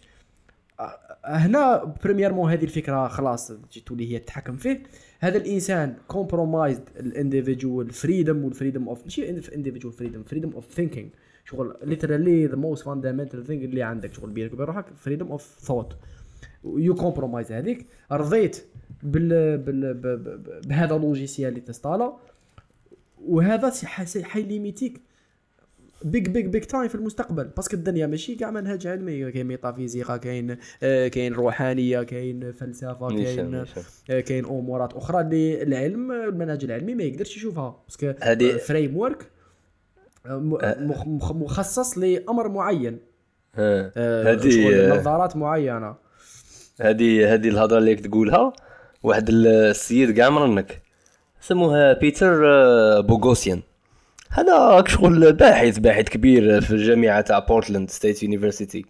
هنا بريميرمون هذه الفكره خلاص تولي هي تتحكم فيه. هذا الانسان compromised الانديفيدوال فريدم والفريدم اوف ماشي انديفيدوال فريدم اوف ثينكينج شغل literally the most fundamental thing اللي عندك شغل بينك وبين روحك فريدم اوف ثوت يو كومبرومايز هذيك رضيت بهذا اللوجيسيال اللي تستالا وهذا حي ليميتيك بيج تايم في المستقبل باسكو الدنيا ماشي كاع منهج علمي. كاين ميتافيزيقا كاين روحانيه كاين فلسفه كاين امورات اخرى اللي العلم المنهج العلمي ما يقدرش يشوفها باسكو فريم ورك مخصص لامر معين هذه نظارات معينه. هذه الهضره اللي تقولها واحد السيد كاع مرنك سموها بيتر بوغوسيان. هذا شغل باحث كبير في الجامعه تاع بورتلاند ستيت يونيفرسيتي.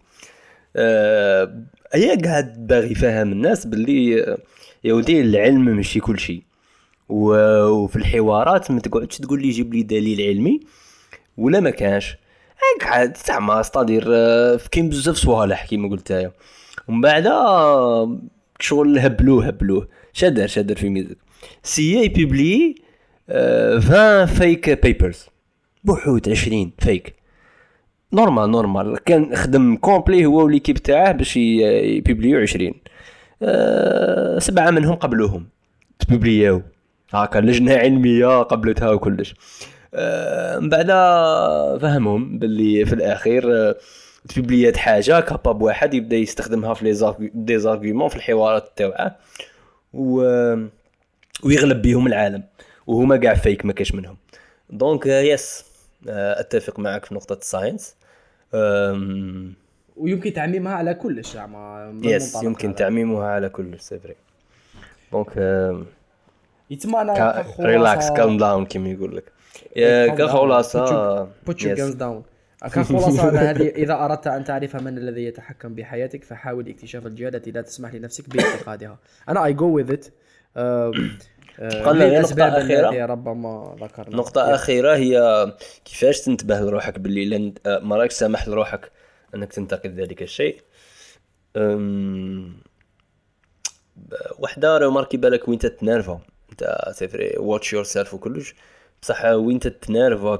هي قاعد باغي يفهم الناس باللي يودي العلم ماشي كل شيء وفي الحوارات ما تقعدش تقول لي جيب لي دليل علمي ولا ما كانش قاعد زعما استادير كاين بزاف صوالح كيما قلت لها ومن بعد شغل هبلوه شادر في ميزك سي بيبلي 20 فيك بيبرز بحوث 20 فيك نورمال كان خدم كومبلي هو وليكيب تاعه باش يبيبليو 20 7 منهم قبلوهم تبيبلياو هاكا لجنه علميه قبلتها وكلش. من بعد فهمهم باللي في الاخير تبيبليات حاجه كاباب واحد يبدا يستخدمها في لي زارغومون في الحوارات تاعه ويغلب بهم العالم وهما كاع فيك ما كاش منهم. دونك يس اتفق معك في نقطه الساينس ويمكن تعميمها على كلش زعما يس يمكن تعميمها على كلش سي فري. دونك يتمنى ريلاكس كالم داون كيما يقول لك كخلاصه بوت يور جانز داون. كخلاصة هذه إذا أردت أن تعرف من الذي يتحكم بحياتك فحاول اكتشاف الجهة التي لا تسمح لنفسك باعتقادها. أنا I go with it. قلنا نقطة أخيرة ربما ذكرنا نقطة أخيرة هي كيفاش تنتبه لروحك باللي ما راك سامح لروحك أنك تنتقد ذلك الشيء. وحدة رماركي بالك وين تتنرفى انت سيفري واتش يور سيلف وكلش، بصح وين تتنرفا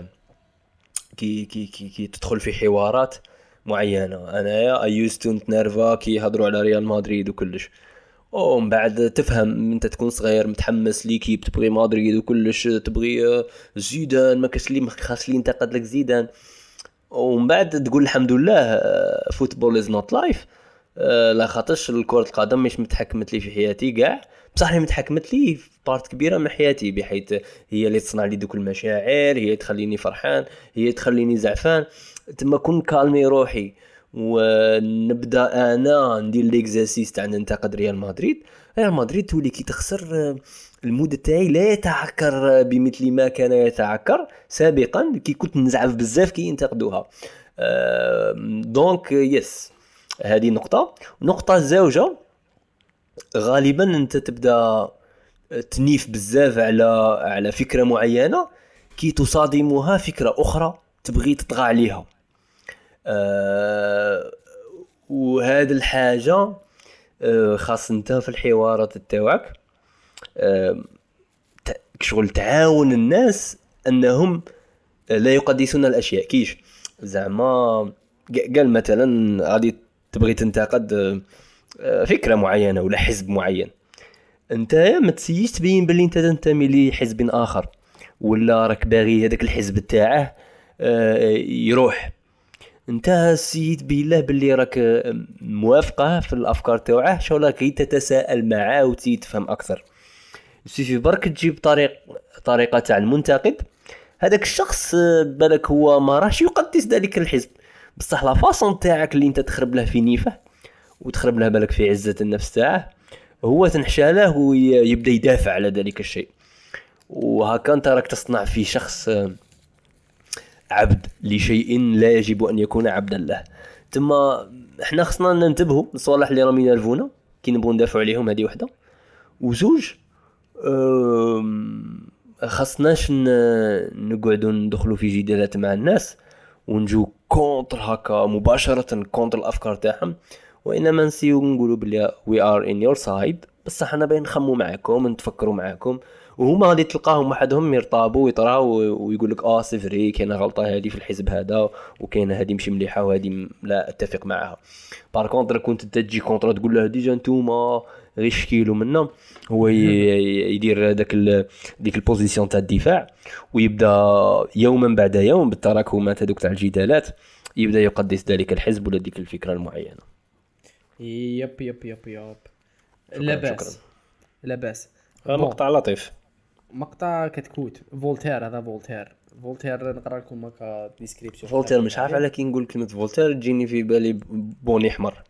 كي تدخل في حوارات معينه. انايا اي يوست تو نتنرفا كي يهضروا على ريال مدريد وكلش، ومن بعد تفهم انت تكون صغير متحمس ليكيب تبغي مدريد وكلش، تبغي زيدان ما كاش لي خاص لي ينتقد لك زيدان، ومن بعد تقول الحمد لله فوتبول از نوت لايف. لا خاطرش الكرة القدم مش متحكمت لي في حياتي كاع، بصح هي متحكمت لي في بارت كبيره من حياتي، بحيث هي اللي تصنع لي دوك المشاعر، هي تخليني فرحان، هي تخليني زعفان. تما كون كالمي روحي ونبدا انا ندير ليكزارسيس تاع ننتقد ريال مدريد. ريال مدريد تولي كي تخسر المود تاعي لا يتعكر بمثل ما كان يتعكر سابقا كي كنت نزعف بزاف كي ينتقدوها. دونك يس، هذه نقطة الزوجة. غالبا انت تبدا تنيف بزاف على فكرة معينة كي تصادمها فكرة اخرى تبغي تطغى عليها. وهذه الحاجة خاص انت في الحوارات تاعك شغل تعاون الناس انهم لا يقدسون الاشياء. كيش زعما قال مثلا غادي تبغي تنتقد فكرة معينة ولا حزب معين، انت ما تسييش تبين باللي انت تنتمي لحزب اخر ولا راك باغي هذاك الحزب تاعه يروح. انت سيت بالله باللي راك موافقه في الافكار تاعه، شغل كي تتساءل معاه وتزيد تفهم اكثر. في برك تجيب طريقه تاع المنتقد، هذاك الشخص بالك هو ما راهش يقدس ذلك الحزب، بصح لا فاصون تاعك اللي انت تخرب له في نيفه وتخرب له بالك في عزه النفس تاعه، هو تنحشى له ويبدا يدافع على ذلك الشيء. وهكا انت راك تصنع في شخص عبد لشيء لا يجب ان يكون عبدا له. تما احنا خصنا ننتبهوا للصوالح اللي راهم ينالفونا كي نبغوا ندافعوا عليهم، هذه وحده. وزوج خصناش نقعدوا ندخلوا في جدالات مع الناس ونجو كونتر هكا مباشره كونتر الافكار تاعهم، وانما نسيو نقولوا بلي وي ار ان يور سايد، بصح انا باين نخمو معاكم نتفكروا معاكم، وهما غادي تلقاهم وحدهم يرطابوا ويطراو ويقول لك سي فري كاينه غلطه هذه في الحزب هذا وكاينه هذه مش مليحه وهذه لا اتفق معها. بار كونتر كنت تجي كونتر تقول له ديجا نتوما غير شكيلو منا، هو يدير ديك البوزيسيون تاع الدفاع، ويبدا يوما بعد يوم بالتراكمات هذوك تاع الجدالات يبدا يقدس ذلك الحزب ولا ديك الفكره المعينه. يب يب يب يب شكرا. لا باس. مقطع لطيف، مقطع كتكوت. فولتير، هذا فولتير نقرا لكم هكا ديسكريبسيون. فولتير مش عارف على كي نقول كلمه فولتير تجيني في بالي بوني احمر،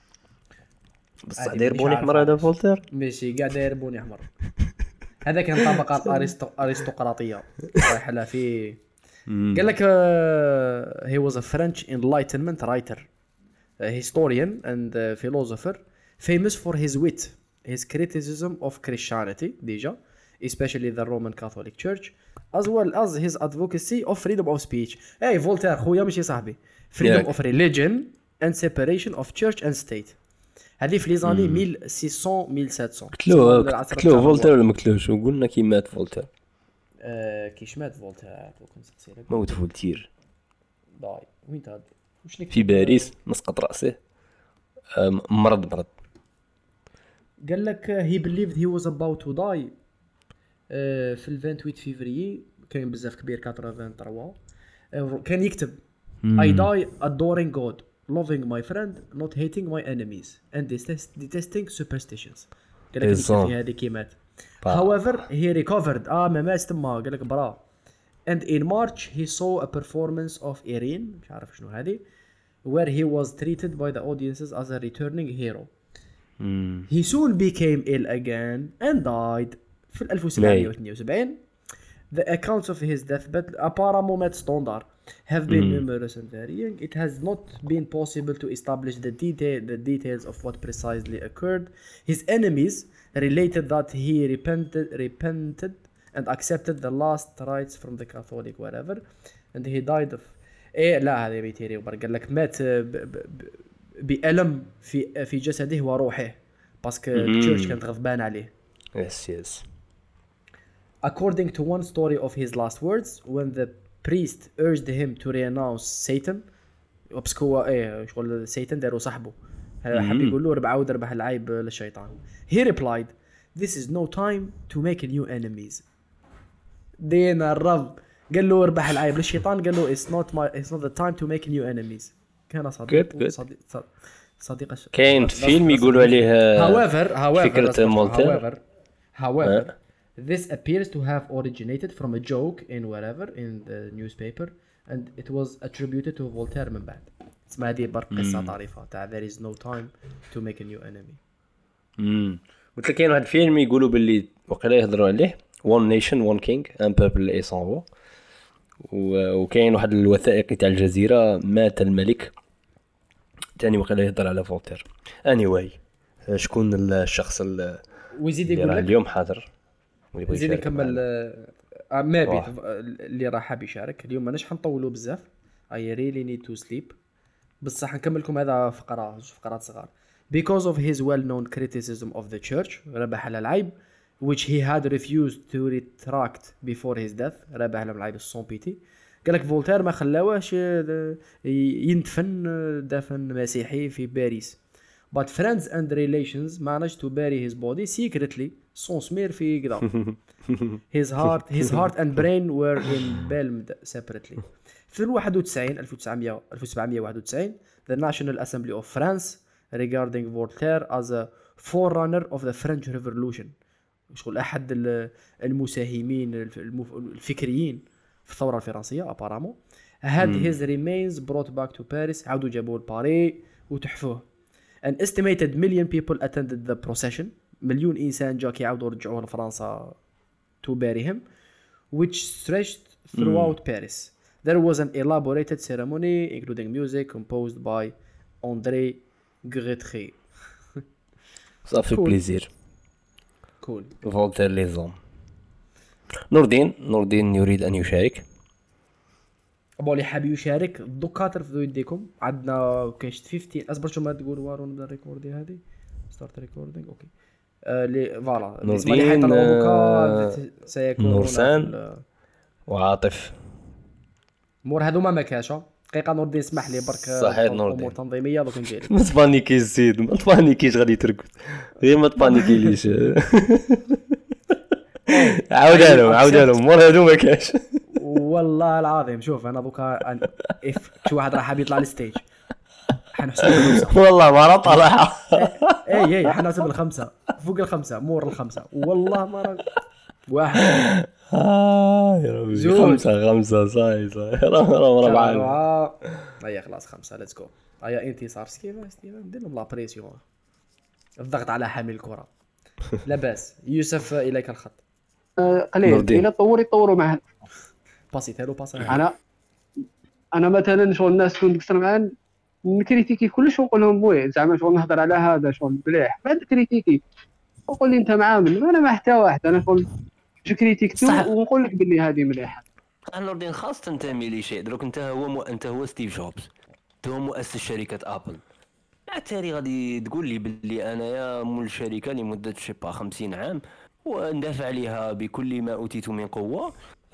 بصح داير بوني احمر هذا فولتير ماشي كاع داير بوني احمر. هذا كان طبقه الارستقراطيه رايح لها في. قال لك he was a French Enlightenment writer, a historian and a philosopher famous for his wit, his criticism of Christianity déjà, especially the Roman Catholic Church, as well as his advocacy of freedom of speech. اي فولتير خويا ماشي صاحبي. freedom of religion and separation of church and state. هذه في لي زاني 1600 1700. قتلوه فولتير ولا ما قتلوش؟ وقلنا كي مات فولتير. كيش مات فولتير؟ موت فولتير باي وين تاد في باريس مسقط راسه مرض. قال لك he believed he was about to die في 28 فيفري، كان بزاف كبير 83. كان يكتب I die adoring God, loving my friend, not hating my enemies and detesting superstitions. قال لك في هذه كلمات. However he recovered ما مات تما. قال لك برا. And in March he saw a performance of Irene مش عارف شنو هذه where he was treated by the audiences as a returning hero. He soon became ill again and died في 1772. The accounts of his death apparemment مات ستاندار have been numerous and varying. It has not been possible to establish the details of what precisely occurred. His enemies related that he repented and accepted the last rites from the Catholic whatever and he died of لا هذا بيتيري وبرق. قال لك مات بألم في جسده وروحه باسكو التشيرش كانت غضبان عليه. يس according to one story of his last words when the priest urged him to renounce Satan باسكو هو شغل سيتان دارو صاحبه حاب يقول له عاود ربح العيب للشيطان. he replied this is no time to make new enemies. دينا الرب قال له ربح العيب للشيطان قال له it's not the time to make new enemies. كان صديق كاين فيلم يقولوا عليه فكرة مولتير. however this appears to have originated from a joke in wherever in the newspaper and it was attributed to Voltaire من بعد. اسمها هذه برك قصة طريفة تاع there is no time to make a new enemy. قلت لك كاين واحد الفيلم يقولوا باللي وقيلا يهضروا عليه one nation one king un peuple et son roi. وكاين واحد الوثائقي تاع الجزيرة مات الملك تاني وقيلا يهضر على فولتير. anyway شكون الشخص اللي ويزيد يقول لك اليوم حاضر ويزيد يكمل ما بيت اللي راح بيشارك اليوم. ماناش حنطولوا بزاف I really need to sleep بصح نكمل لكم هذا فقرات صغار. because of his well-known criticism of the church ربح على العيب which he had refused to retract before his death. ربح على العيب السون بيتي. قالك فولتير ما خلاوهش يندفن دفن مسيحي في باريس. but friends and relations managed to bury his body secretly sans smear في قدام. his heart and brain were embalmed separately. في 1791 the National Assembly of France regarding Voltaire as a forerunner of the French Revolution شغل أحد المساهمين الفكريين في الثورة الفرنسية apparemment had his remains brought back to Paris. عودوا جابوه لباريس وتحفوه. an estimated million people attended the procession. مليون إنسان جاك يعودوا رجعوه لفرنسا to bury him which stretched throughout Paris. There was an elaborated ceremony including music composed by André Gretry. صافي بليزير. كول فولتير ليزون. نور الدين يريد أن يشارك. أبو اللي حاب يشارك دوكا ترفضوا يديكم. عندنا كاش 15 أصبر شو ما تقول وارو نبدا ريكوردي هذه ستارت ريكوردينغ أوكي. لي فوالا بالنسبة لي حتى دوكا سيكون نورسان وعاطف مور هذوما ما كاشا دقيقه. نور الدين اسمح لي برك صحيح نور الدين امور تنظيميه دوك نجي ما تبانيكيش زيد ما تبانيكيش غادي ترقد غير ما تبانيكيليش. عاودها لهم مور هذو ما كاش والله العظيم. شوف انا دوكا شي واحد راح يطلع للستيج حنحسب الخمسه والله ما راه طالعه. اي حنحسب الخمسه فوق الخمسه مور الخمسه والله ما راه واحد يا ربي خمسة صاي ربعة هيا خلاص خمسة ليتس جو. هيا انتصار ستيفن ندير لهم لا بريسيون الضغط على حامل الكرة. لا باس يوسف إليك الخط. قليل إلى يطوروا معه باسي تالو أنا مثلا شغل الناس تكون تكسر معانا نكريتيكي كلش ونقول لهم وي زعما شغل نهضر على هذا شغل مليح بعد كريتيكي وقول لي أنت معامل أنا ما حتى واحد. أنا شغل جو كريتيكتو ونقول لك باللي هذه مليحه. نور الدين خاص تنتمي لشيء دروك انت هو ستيف جوبز انت هو مؤسس شركه ابل. مع التالي غادي تقول لي باللي انايا مول الشركه لمده شبه 50 عام وندافع عليها بكل ما اوتيت من قوه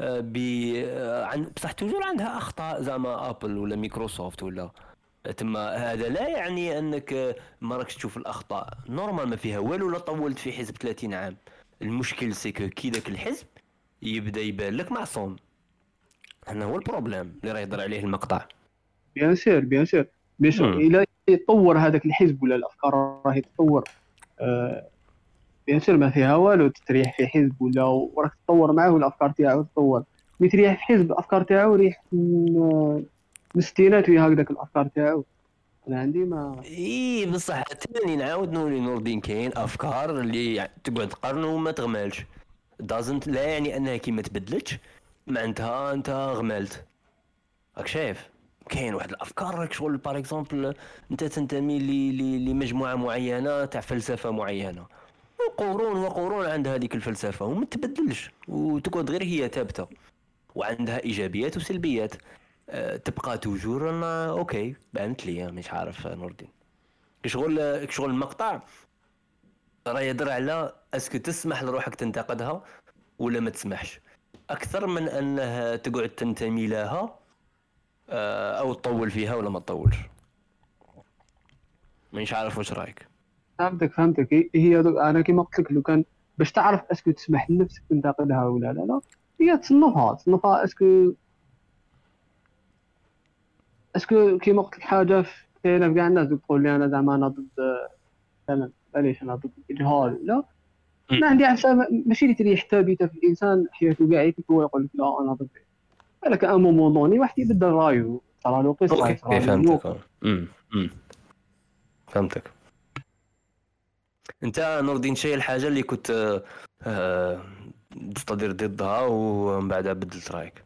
بصح توجور عندها اخطاء زعما ابل ولا مايكروسوفت ولا تما. هذا لا يعني انك ما راكش تشوف الاخطاء نورمال ما فيها والو. لا طولت في حزب 30 عام. المشكل سيكو كي داك الحزب يبدا يبان لك معصوم. هنا هو البروبليم اللي راه يهضر عليه المقطع. بيان سير الى يتطور هذاك الحزب ولا الافكار راهي تتطور بيان سير ما فيها والو تريح في حزب ولا وراك تطور معاه والافكار تاعو تطور. مي تريح في حزب الافكار تاعو ريح من الستينات ويا هكذاك الافكار تاعو. انا عندي ما بصح ثاني نعاود نقول نور الدين كاين افكار اللي تقعد تقارن وما تغمالش. دازنت لا يعني انها كي ما تبدلتش معناتها انت غمالت. راك شايف كاين واحد الافكار راك شغل بار اكزومبل انت تنتمي لمجموعه معينه تاع فلسفه معينه وقرون عندها هذيك الفلسفه وما تبدلش وتقعد غير هي ثابته وعندها ايجابيات وسلبيات. تبقى توجور اوكي بانت لي مش عارف نور الدين شغل المقطع راه يدر على اسكو تسمح لروحك تنتقدها ولا ما تسمحش اكثر من انه تقعد تنتمي لها او تطول فيها ولا ما تطولش. مانيش عارف واش رايك. فهمتك هي انا كيما قلت لك، لو كان باش تعرف اسكو تسمح لنفسك تنتقدها ولا لا، هي تصنفها اسكو كيما قلت لك حاجه كاينه في كاع الناس تقول لي انا زعما انا ضد مثلا، علاش انا ضد الاجهاض لا، ما عندي عارفه ماشي اللي تريح ثابته في الانسان حياته كاع هو يقول لك لا انا ضد. ولكن ان مومون دوني واحد يبدل رايه، صرا له قصه، اوكي صرا له فهمتك. موقف. أمم. فهمتك. انت نور الدين شي الحاجه اللي كنت تستدير ضدها ومن بعدها بدلت رايك؟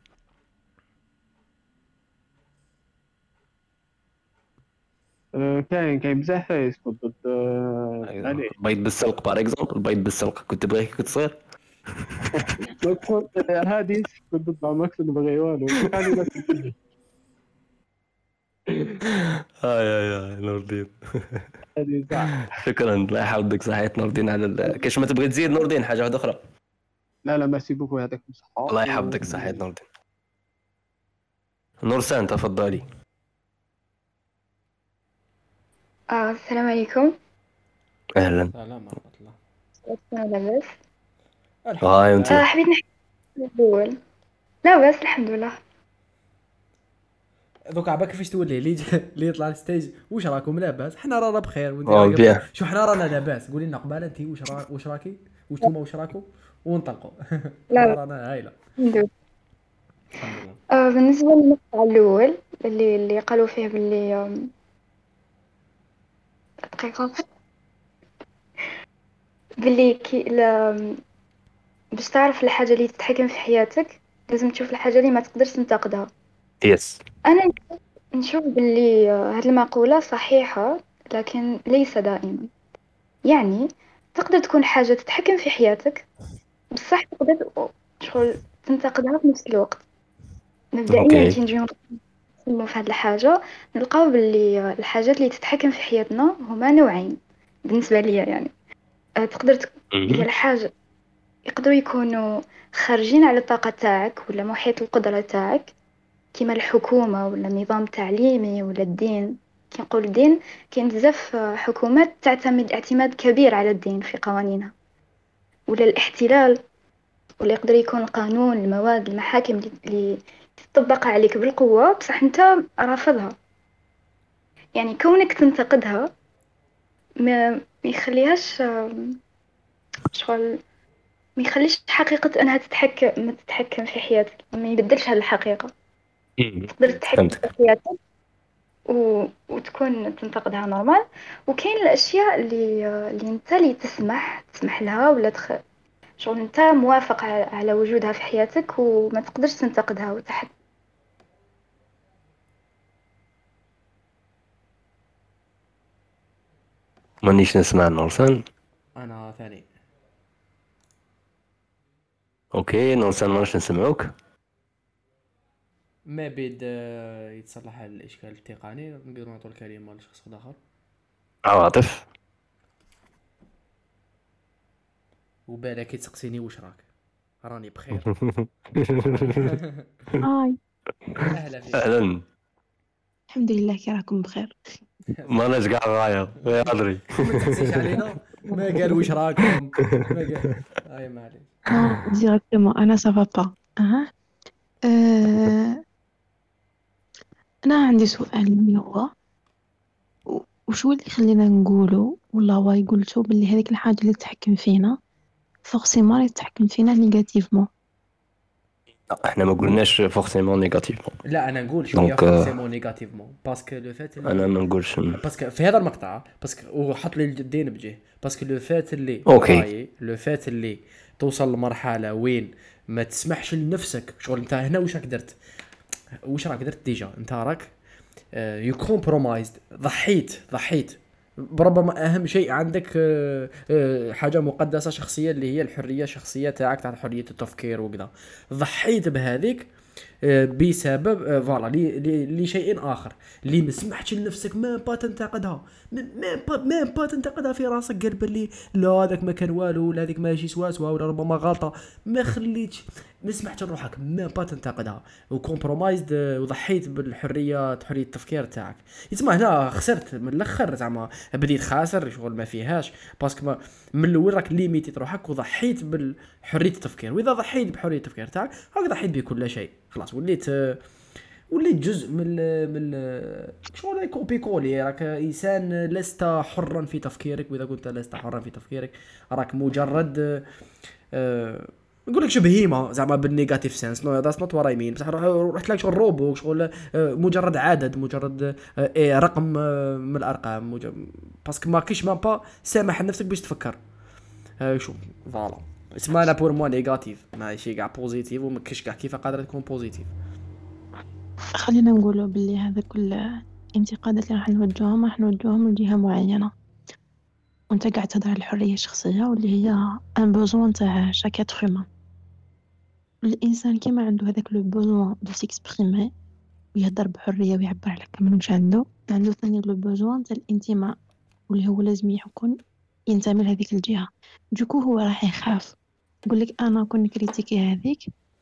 كاين بزاف حوايج كنت ضد علاش البيض بالسلق باغ اكزومبل، البيض بالسلق كنت تبغيه كي كنت صغير؟ ما كنت هادي كنت ضد، ما كنت نبغي والو كان لا كنت يا نور الدين. هادي صح. شكرا، الله يحفظك صحيت نور الدين على كاش ما تبغي تزيد نور الدين حاجه واحده اخرى؟ لا ميرسي بوكو، يعطيك الصحة. الله يحفظك صحيت نور الدين. نورسان تفضلي. السلام عليكم. اهلا. سلام ورحمه الله. أنا لاباس. هاي انت. حبيت نحكي الأول. لاباس الحمد لله. دوك عباك كيفاش تولي اللي يطلع الستيج واش راكم لاباس؟ حنا رانا بخير بيان. شو حنا رانا لاباس. قولي لنا قباله انت واش راكي واش نتوما واش راكم ونطلقوا. لا رانا هايله الحمد لله. الحمد لله. بالنسبة للمقطع الأول اللي قالوا فيه باللي دقيقة باللي باش تعرف الحاجة اللي تتحكم في حياتك لازم تشوف الحاجة اللي ما تقدرش تنتقدها. يس. أنا نشوف باللي هذه المقولة صحيحة لكن ليس دائما. يعني تقدر تكون حاجة تتحكم في حياتك بصح تقدر شغل تنتقدها في نفس الوقت. مبدئيا كي نجي نتكلموا في هذه الحاجة نلقاو باللي الحاجات اللي تتحكم في حياتنا هما نوعين بالنسبة لي. يعني تقدر هي الحاجة يقدروا يكونوا خارجين على الطاقة تاعك ولا محيط القدرة تاعك، كما الحكومة ولا النظام التعليمي ولا الدين. كي نقول الدين كاين بزاف حكومات تعتمد اعتماد كبير على الدين في قوانينها، ولا الاحتلال، ولا يقدر يكون القانون، المواد، المحاكم اللي تطبق عليك بالقوة بصح انت رافضها. يعني كونك تنتقدها ما يخليهاش شغل، ما يخليش حقيقة انها تتحكم في حياتك، ما يبدلش هذه الحقيقة. تقدر تتحكم في حياتك وتكون تنتقدها نورمال. وكاين الاشياء اللي انت اللي تسمح لها ولا شغل انت موافق على وجودها في حياتك وما تقدرش تنتقدها وتحت. مانيش نسمع نورسان. انا ثاني. اوكي نورسان مانيش نسمعوك. ما بيد يتصلح الاشكال التقني. نقدروا نعطوا الكلمه لشخص اخر. عواطف. وبالك تسقسيني واش راك؟ راني بخير. هاي اهلا فيك. اهلا. الحمد لله كي راكم بخير. ماناش كاع غاية يا ادري. ما تحسيش علينا. ما قال واش راكم. ما قال اي معليش. ديريكتومون انا سافا با. انا عندي سؤال اللي هو وشو اللي خلينا نقوله ولا هو يقولتو باللي هذيك الحاجه اللي تتحكم فينا فورسيمون اللي تتحكم فينا نيجاتيفمون. احنا ما قلناش فورسيمون نيجاتيفمون. لا انا نقول شويه فورسيمون نيجاتيفمون باسكو لو فات انا ما نقولش باسكو في هذا المقطع باسكو وحط لي الدين بجيه باسكو لو فات اللي اوكي لو فات اللي توصل لمرحله وين ما تسمحش لنفسك شغل انت هنا واش راك درت ديجا انت راك يو كومبرومايزد ضحيت بربما اهم شيء عندك حاجه مقدسه شخصيه اللي هي الحريه الشخصيه تاعك تاع حريه التفكير وكذا ضحيت بهذيك بسبب فوالا لشيء اخر اللي ما سمحتش لنفسك ما با تنتقدها، ما با تنتقدها في راسك، قال باللي لا هذاك ما كان والو ولا هذيك ماشي سواسوا ولا ربما غلطه، ما خليتش، ما سمحتش لروحك ما با تنتقدها وكومبرومايزد وضحيت حريه التفكير تاعك. يسمى هنا خسرت من الاخر، زعما بديت خاسر شغل ما فيهاش، باسكو من الاول راك ليميتيت روحك وضحيت بالحريه التفكير، واذا ضحيت بحريه التفكير تاعك راك ضحيت بكل شيء، خلاص وليت جزء من شغل كوبي كولي، راك انسان لست حرا في تفكيرك، واذا كنت لست حرا في تفكيرك راك مجرد نقول لك بهيمه زعما بالنيجاتيف سنس، نو ذاتس نوت وات اي مين، بصح روح تلاقي شغل روبو، شغل مجرد عدد، مجرد رقم من الارقام، باسكو ما كاينش با سامح لنفسك باش تفكر. شوف فوالا اسمها انا بور مو نيجاتيف ماشي كاع بوزيتيف، وما كاينش كاع كيف قادره تكون بوزيتيف. خلينا نقولوا باللي هذا كل انتقادات اللي راح نوجههم لجهة معينة، وانت قاعد تهضر على الحرية الشخصية واللي هي ان بوزوان تاع شاك اتر هيومان. الانسان كيما عنده هذاك لو بوزوان دو سيكسبريمي ويهضر بحرية ويعبر على كامل واش عنده ثاني لو بوزوان تاع الانتماء، واللي هو لازم يكون ينتمي لهذيك الجهة. دوكو هو راح يخاف يقول لك انا كون كريتيكي هذيك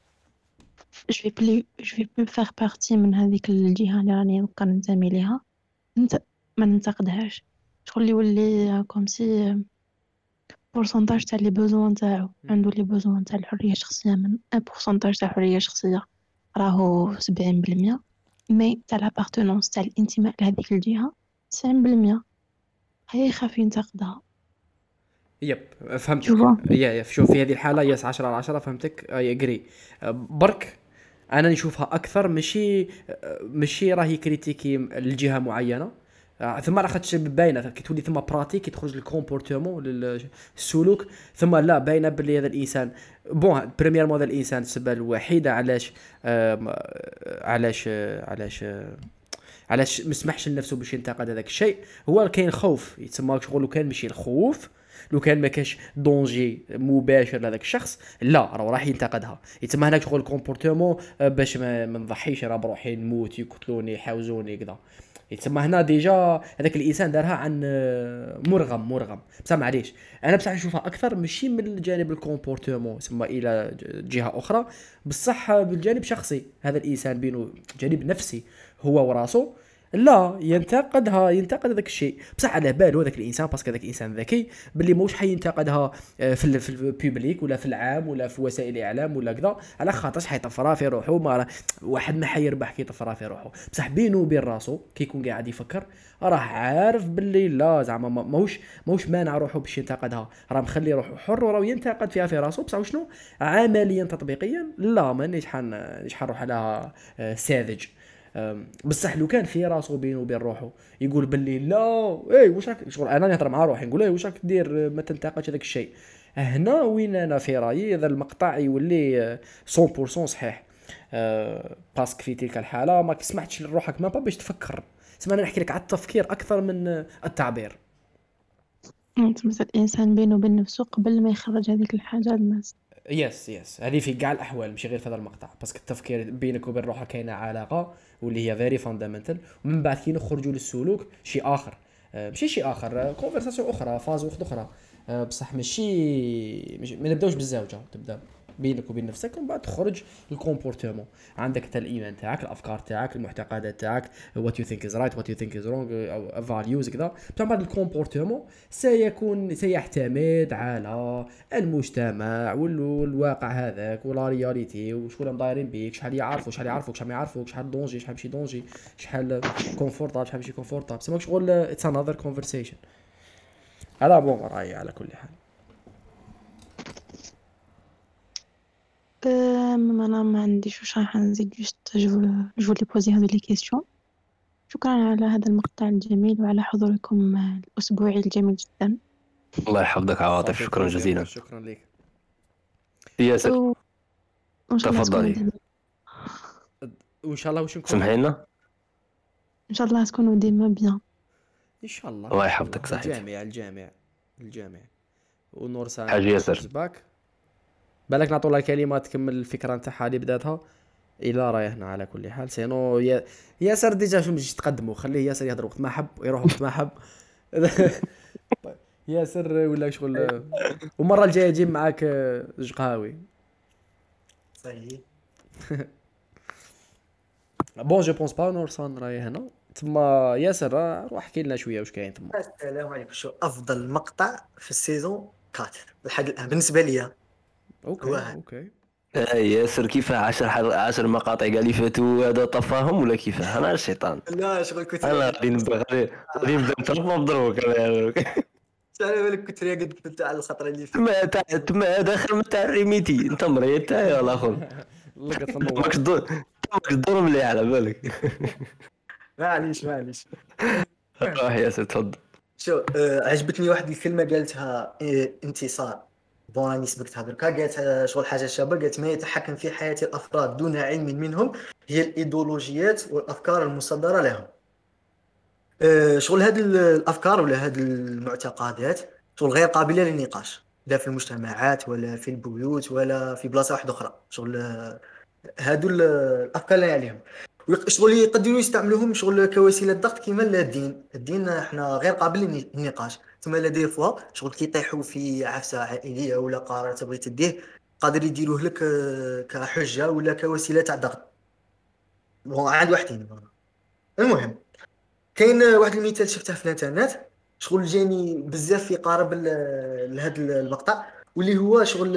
je vais plus faire partie من هذيك الجهة اللي راني نبقى ننتمي ليها، انت ما ننتقدهاش، شغل يولي كوم سي بورسنتاج تاع لي بوزوان تاعو عنده لي بوزوان تاع الحرية الشخصية من ان بورسنتاج تاع الحرية الشخصية راهو 70%، مي تاع لابارتونونس تاع الانتماء لهذيك الجهة 90%. هي يخاف ينتقدها. يب فهمتك. شوفوا شوف في هذه الحاله يس 10 على 10 فهمتك. اي اجري برك انا نشوفها اكثر ماشي راهي كريتيكي الجهه معينه، ثم راه خاطش باينه كي تولي ثم براتيك كي تخرج الكومبورتمون للسلوك، ثم لا باينه باللي هذا الانسان بون بريمير مود الانسان السبب الوحيده علاش ما سمحش لنفسه باش ينتقد هذاك الشيء، هو كاين خوف يتسمى شغل، لو كان ماشي الخوف، لو كان ما كاش دونجي مباشر لهذاك الشخص لا راه راح ينتقدها. يتسمى هناك شغل كومبورتمون باش ما نضحيش راه بروحي نموت يقتلوني يحاوزوني كذا، يتسمى هنا ديجا هذاك الانسان دارها عن مرغم بصح معليش انا بصح نشوفها اكثر ماشي من الجانب الكومبورتمون يسمى الى جهه اخرى، بصح بالجانب شخصي هذا الانسان بينه جانب نفسي هو وراسه لا ينتقد هذاك الشيء، بصح على باله هذاك الانسان باسكو هذاك الانسان ذكي باللي موش حينتقدها في البوبليك ولا في العام ولا في وسائل الاعلام ولا كذا، على خاطرش حيطفرها في روحه، ما واحد ما حيربح كي يطفرها في روحه، بصح بينه وبين راسه كي يكون قاعد يفكر راه عارف باللي لا زعما ماهوش مانع روحه باش ينتقدها، راه مخلي روحه حر وراه ينتقد فيها في راسه، بصح شنو عمليا تطبيقيا لا مانيش حنروح لها ساذج. بصح لو كان في راسو بينه وبين روحه يقول باللي لا اي واش راك شغل انا نهضر مع روحي نقول واش راك دير ما تنتقدش هذاك الشيء، هنا وين انا في رايي هذا المقطع يولي 100% صحيح. باسك في تلك الحاله ما سمحتش لروحك ما باش تفكر، اسمع انا نحكي لك على التفكير اكثر من التعبير. انت مثل الانسان بينه وبين نفسه قبل ما يخرج هذيك الحاجه للناس. يس هذه في كاع الاحوال ماشي غير في هذا المقطع، باسكو التفكير بينك وبين روحك كاينه علاقه واللي هي فيري فاندامنتال، ومن بعد كي نخرجوا للسلوك شيء اخر، ماشي شيء اخر كونفرساسيون اخرى فاز واحده اخرى، بصح ماشي ما نبداوش بالزوجه، تبدا بينك وبين نفسك ومن بعد تخرج الكومبورتمون، عندك حتى الايمان تاعك، الافكار تاعك، المعتقدات تاعك، وات يو ثينك از رايت وات يو ثينك از رونغ او فاليوز كذا، بعد الكومبورتمون سيعتمد على المجتمع والواقع هذاك ولا رياليتي وشكون دايرين بيك، شحال يعرفوا شحال ما يعرفوك، شحال دونجي شحال ماشي دونجي، شحال كونفورتابل شحال ماشي كونفورتابل، سماك شغل اتس انذر كونفرسيشن. هذا بون رايي على كل حال. انا ما عنديش واش راح نزيد، جوست جو لي بوزي هذو لي كيسيون. شكرا على هذا المقطع الجميل وعلى حضوركم الاسبوعي الجميل جدا. الله يحفظك عواطف، شكرا جزيلا. شكرا لك ياسر. تفضلي. وان شاء الله واش نكون سمحينا ان شاء الله تكونوا ديما بيان ان شاء الله. الله يحفظك صاحبي. الجامع ونور حاج ياسر بالك نعطوا لها كلمه تكمل الفكره نتاعها اللي بداتها. الى رايحنا على كل حال سينو ياسر ديجا شو مش تقدموا خليه ياسر يهضر وقت ما حب ويروح وقت ما حب. طيب ياسر ولا شغل ومره الجايه يجي معاك زوج قهاوي. صحيح. بون جو بونس با نورسان راهي هنا تما. ياسر روح احكي لنا شويه واش كاين تما. السلام عليكم. شو افضل مقطع في السيزون 4 لحد الان بالنسبه لي؟ اوكي ياسر كيفاه 10 مقاطع قال لي فاتوا هذا طفاهم ولا كيفاه؟ انا الشيطان لا شغل كنت انا غادي نبدا نترفع مضروك على بالك كنت راقد قلت على الخطره اللي فاتت. تما داخل من تاع ريميتي انت مريت تاعي ولا اخو لقيت في النور. ماكش دور مليح على بالك. معليش روح ياسر تفضل. شو عجبتني واحد الكلمه قالتها انتصار. بون راني سبقتها دركا. قالت شغل حاجه شابه. قالت ما يتحكم في حياه الافراد دون علم منهم هي الايديولوجيات والافكار المصدره لهم. شغل هذه الافكار ولا هذه المعتقدات شغل غير قابله للنقاش لا في المجتمعات ولا في البيوت ولا في بلاصه واحده اخرى. شغل هادو الافكار اللي عليهم شغل يقدروا يستعملوهم شغل كوسيله ضغط كيما الدين احنا غير قابل للنقاش. ثم لديه فوا شغل كيطيحوا في عفسه عائليه ولا قرار تبغي تديه قادر يديروه لك كحجه ولا كوسيله تاع ضغط. عند وحدين. المهم كاين واحد المثال شفته في الانترنت شغل جاني بزاف في قارب لهذا المقطع واللي هو شغل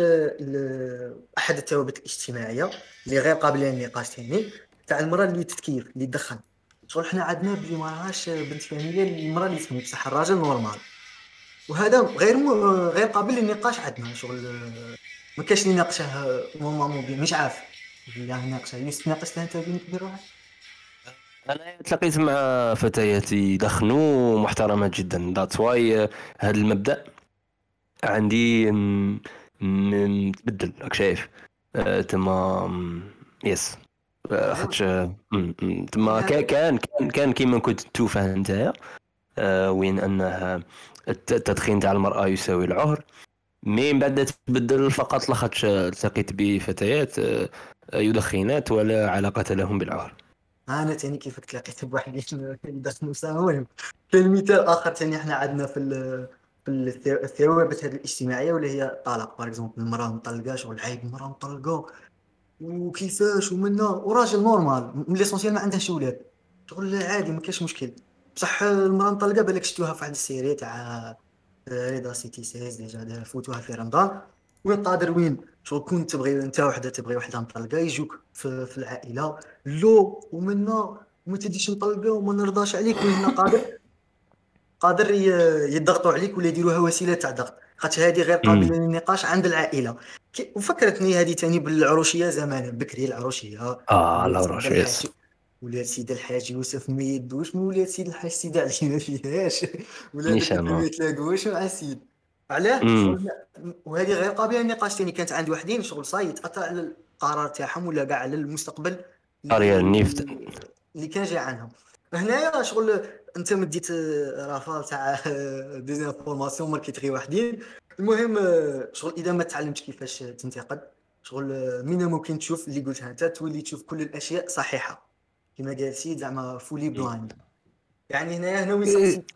احد الثوابت الاجتماعيه اللي غير قابله للنقاش ثاني تاع المراه اللي تتكيف اللي تدخن. شغل حنا عندنا بلي ما راهاش بنت فاميليا المراه اللي تكون بصح الراجل نورمال وهذا غير قابل للنقاش. عندنا شغل ما كاش اللي يناقشه نورمالمون مش عارف اللي يناقشه يناقش انت بروحك. انا تلاقيت مع فتيات يدخنوا محترمات جدا ذاتس واي هذا المبدا عندي تبدل راك شايف تما يس خاطش تما كان كيما كنت توفى نتايا وين انه التدخين تاع المراه يساوي العهر من بعد تبدل فقط لاخاطش التقيت بفتيات يدخنات ولا علاقه لهم بالعهر. انا تاني كيفك تلاقيت بواحد يدخن المهم. كاين مثال اخر تاني احنا عندنا في الثوابت هذه الاجتماعيه ولا هي الطلاق باغ اكزومبل المراه مطلقه شغل عيب المراه مطلقه وكيفاش ومنا وراجل نورمال من ليسونسيال ما عندهاش اولاد شغل عادي ما كاش مشكل. بصح المراه مطلقه بالك شفتوها في واحد السيري تاع رضا سيتي سيز ديجا فوتوها في رمضان وين قادر وين شغل كنت تبغي انت وحده تبغي وحده مطلقه يجوك في العائله لو ومنا وما تديش مطلقه وما نرضاش عليك وهنا قادر يضغطوا عليك ولا يديروها وسيله تاع ضغط خاطر هذه غير قابله للنقاش عند العائله. وفكرتني هذه تاني بالعروشيه زمان بكري العروشيه العروشيه ولاد سيد الحاج يوسف ما يدوش من ولاد سيد الحاج سيدي علي ما فيهاش ولا ما يتلاقوش مع السيد علاه. وهذه غير قابله للنقاش ثاني كانت عند وحدين شغل صاي تاثر على القرار تاعهم ولا كاع على المستقبل اللي كان جاي عنهم. هنايا شغل انت مديت رافال تاع ديزانفورماسيون ماركتيغي وحدين. المهم شغل اذا ما تعلمتش كيفاش تنتقد شغل من ممكن تشوف اللي قلتها انت تولي تشوف كل الاشياء صحيحه كما قال سيد زعما فولي بلايند. يعني هنا وين سقسيت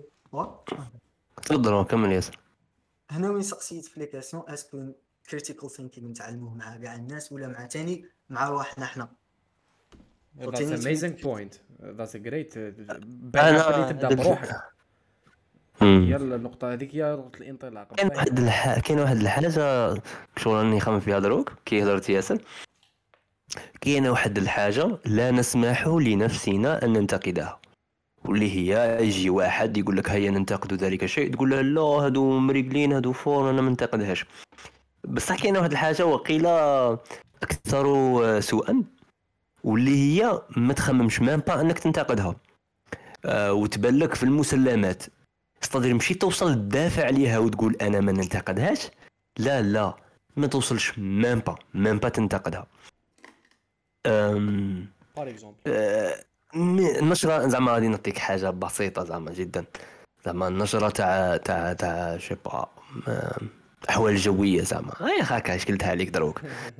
تفضل كمل ياسر. هنا وين سقسيت في ليكاسيون اسكو كريتيكال ثينكينغ نتعلموه مع كاع الناس ولا مع تاني مع روحنا احنا. That's an amazing point. That's a great. أنا تبدأ بروحك. يلا النقطة هذيك هي نقطة الانطلاق. كاين واحد الحاجة شغل راني خمم فيها دروك كي هضرت ياسر. كاينه واحد الحاجة لا نسمح لنفسنا أن ننتقدها واللي هي يجي واحد يقول لك هيا ننتقد ذلك الشيء تقول له لا هادو مريقلين هادو فور أنا ما ننتقدهاش. بصح كاينه واحد الحاجة وقيلة أكثر سوءا واللي هي ما تخممش مام با انك تنتقدها وتبان لك في المسلمات استدير مشي توصل تدافع عليها وتقول انا ما ننتقدهاش. لا ما توصلش مام با تنتقدها. بار اكزومبل النشره زعما غادي نعطيك حاجه بسيطه زعما جدا زعما النشره تاع شي با احوال جويه زعما هاكا اش قلتها لك دروك.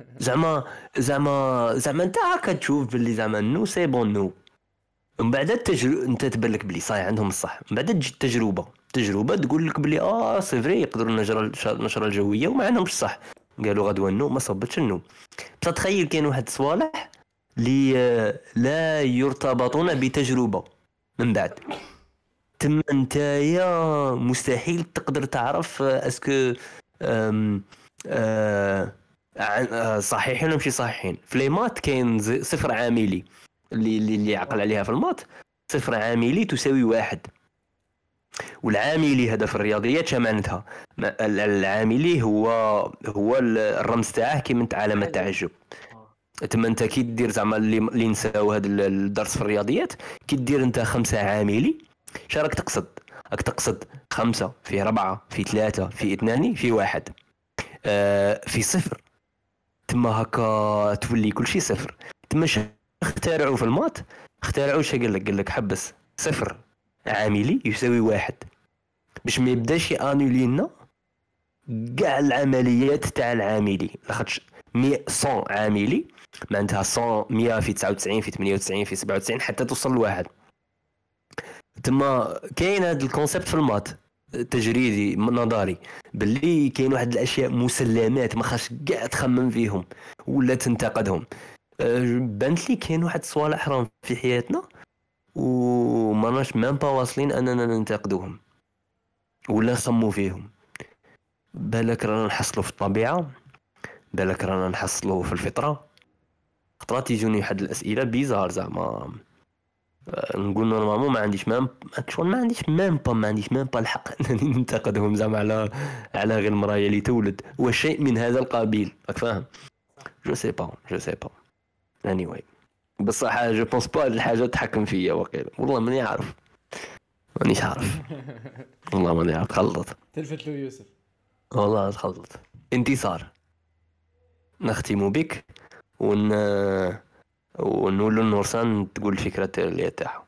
زعما انت هاكا تشوف باللي زعما نو سي بون نو، من بعد انت تبان لك بلي صاي عندهم الصح، من بعد تجي تجربه تقول لك بلي سي فري يقدروا النشره الجويه وما عندهمش صح، قالوا غدوه النو ما صبتش النو. بصح تخيل كاين واحد الصوالح اللي لا يرتبطون بتجربه من بعد، تم نتايا مستحيل تقدر تعرف اسكو صحيحين ولا ماشي صحيحين. في لي مات كاين صفر عاملي اللي عقل عليها في المات، صفر عاملي تساوي 1، والعاملي هذا في الرياضيات شا معناتها؟ العاملي هو الرمز تاعه كيما علامه تعجب. تما انت كي دير زعما اللي نساو هذا الدرس في الرياضيات، كي دير انت 5 عاملي اش راك تقصد؟ راك تقصد 5 في 4 في 3 في 2 في 1 في 0. تما هكا تولي كل شيء صفر. تما اخترعوا في المات، اخترعوا اش قال لك حبس 0 عاملي يساوي 1 باش ما يبداش يانولي لنا كاع العمليات تاع العاملي، لاخاطش 100 عاملي معناتها 100 في 99 في 98 في 97 حتى توصل لواحد. تما كاين هذا الكونسيبت في المات تجريدي نظري باللي كاين واحد الاشياء مسلمات ما خاصش كاع تخمم فيهم ولا تنتقدهم. بانت لي كاين واحد الصوالح راهم في حياتنا وما راناش ميم با واصلين اننا ننتقدوهم ولا نخمو فيهم. بالك رانا نحصلوا في الطبيعه، بالك رانا نحصلوا في الفطره. خطرات يجوني واحد الاسئله بيزار زعما نقول نورمالمون ما عنديش ما عنديش با الحق انني ننتقدهم زعما على غير المرايه اللي تولد وشيء من هذا القبيل، راك فاهم؟ جو سي با anyway. بصح جو بونس با الحاجه تحكم فيا وقيل، والله ماني عارف والله ماني عارف. خلط تلفت له يوسف والله تخلط. انتصار نختم بك ونقول لنورسان تقول الفكرة اللي تاعها.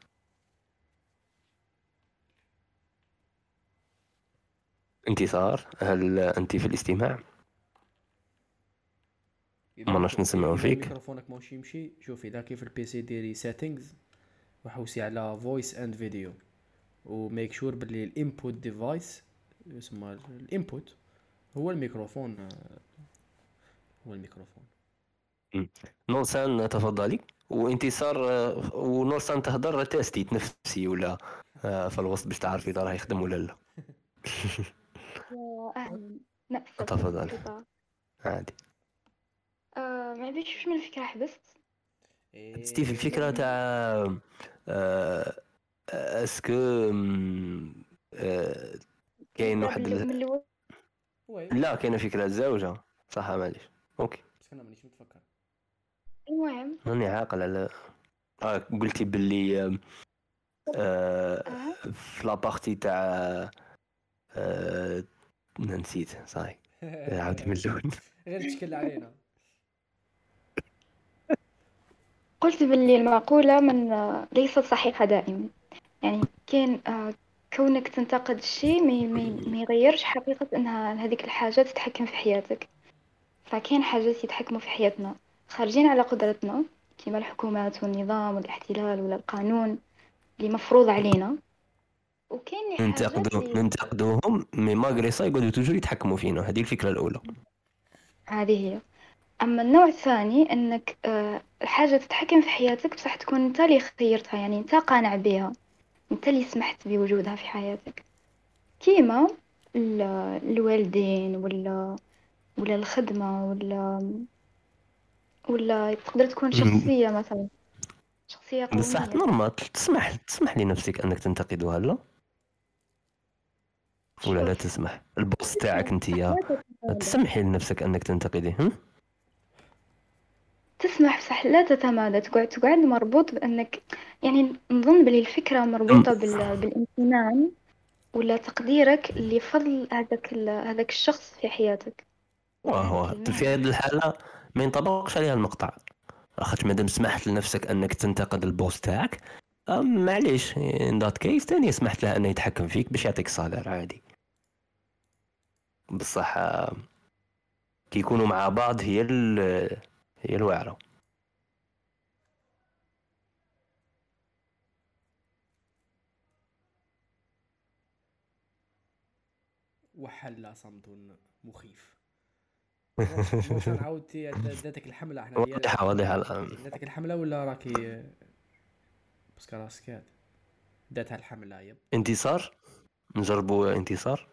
انتصار هل أنت في الاستماع؟ ماناش نسمعوا فيك. ميكروفونك ماشي يمشي. شوف اذا كيف البيسي ديري سيتينغز وحوسي على فويس اند فيديو وميك شور باللي الانبوت ديفايس يسمى الانبوت هو الميكروفون. نورسان تفضلي. وانتصار ونورسان تهدر تيستيت نفسي ولا في الوسط باش تعرفي اذا راه يخدم ولا لا. أهلا نأسف. تفضل عادي. ما عنديش واش من الفكرة حبست. ستيف الفكرة تاع اسكو كاين واحد لا كاين فكرة زوجة صح معليش اوكي بس انا مانيش متفكر. المهم راني عاقل على قلتي باللي في لابارتي تاع نسيت صاي عاودي من الاول. غير تشكل علينا. قلت باللي المعقولة من ليست صحيحة دائما. يعني كان كونك تنتقد الشيء ما يغيرش حقيقة انها هذيك الحاجة تتحكم في حياتك. فكان حاجات يتحكموا في حياتنا خارجين على قدرتنا كما الحكومات والنظام والاحتلال ولا القانون اللي مفروض علينا. وكاين ننتقدوهم مي ماغري سا يقعدوا توجور يتحكموا فينا. هذه الفكرة الأولى. هذه هي. أما النوع الثاني أنك الحاجة تتحكم في حياتك بصح تكون أنت اللي خيرتها، يعني أنت قانع بها، أنت اللي سمحت بوجودها في حياتك. كيما الوالدين ولا الخدمة ولا تقدر تكون شخصية مثلا شخصية قوية. بصح نورمال تسمح لنفسك أنك تنتقدها لا ولا لا تسمح؟ البوس تاعك انت تسمحي لنفسك انك تنتقديه. تسمح بصح لا تتمادى تقعد مربوط بانك يعني نظن بلي الفكره مربوطه بالامتنان ولا تقديرك لفضل هذاك الشخص في حياتك. وهو في هذه الحاله ما ينطبقش عليها المقطع، خاطر مادام سمحت لنفسك انك تنتقد البوس تاعك معليش ان ذات كيس ثاني سمحت له انه يتحكم فيك باش يعطيك صالير عادي. بصح كي يكونوا مع بعض هي الواعرة. وحل صمت مخيف. واش عاودتي داتك الحمله؟ احنا هي واضحة الآن. داتك الحمله ولا راكي باسكو راه سكات داتها الحمله؟ يب انتصار، نجربوا انتصار.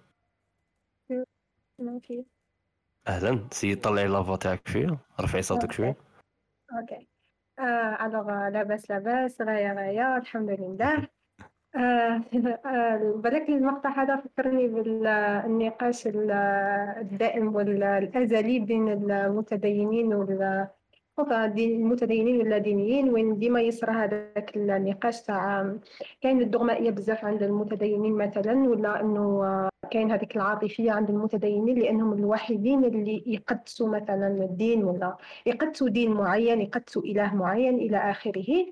ماشي. اهلا سيد، طلعي لافا تاعك شويه، رفعي صوتك شويه. اوكي. الوغ لاباس غاية الحمد لله. بالك المقطع هذا فكرني بالنقاش الدائم والأزلي بين المتدينين المتدينين واللادينيين، وين ديما يصرى هذاك النقاش تاع كاين الدغمائية بزاف عند المتدينين مثلا، ولا انه كاين هذيك العاطفية عند المتدينين لأنهم الوحيدين اللي يقدسوا مثلا الدين، ولا يقدسوا دين معين، يقدسوا إله معين إلى آخره.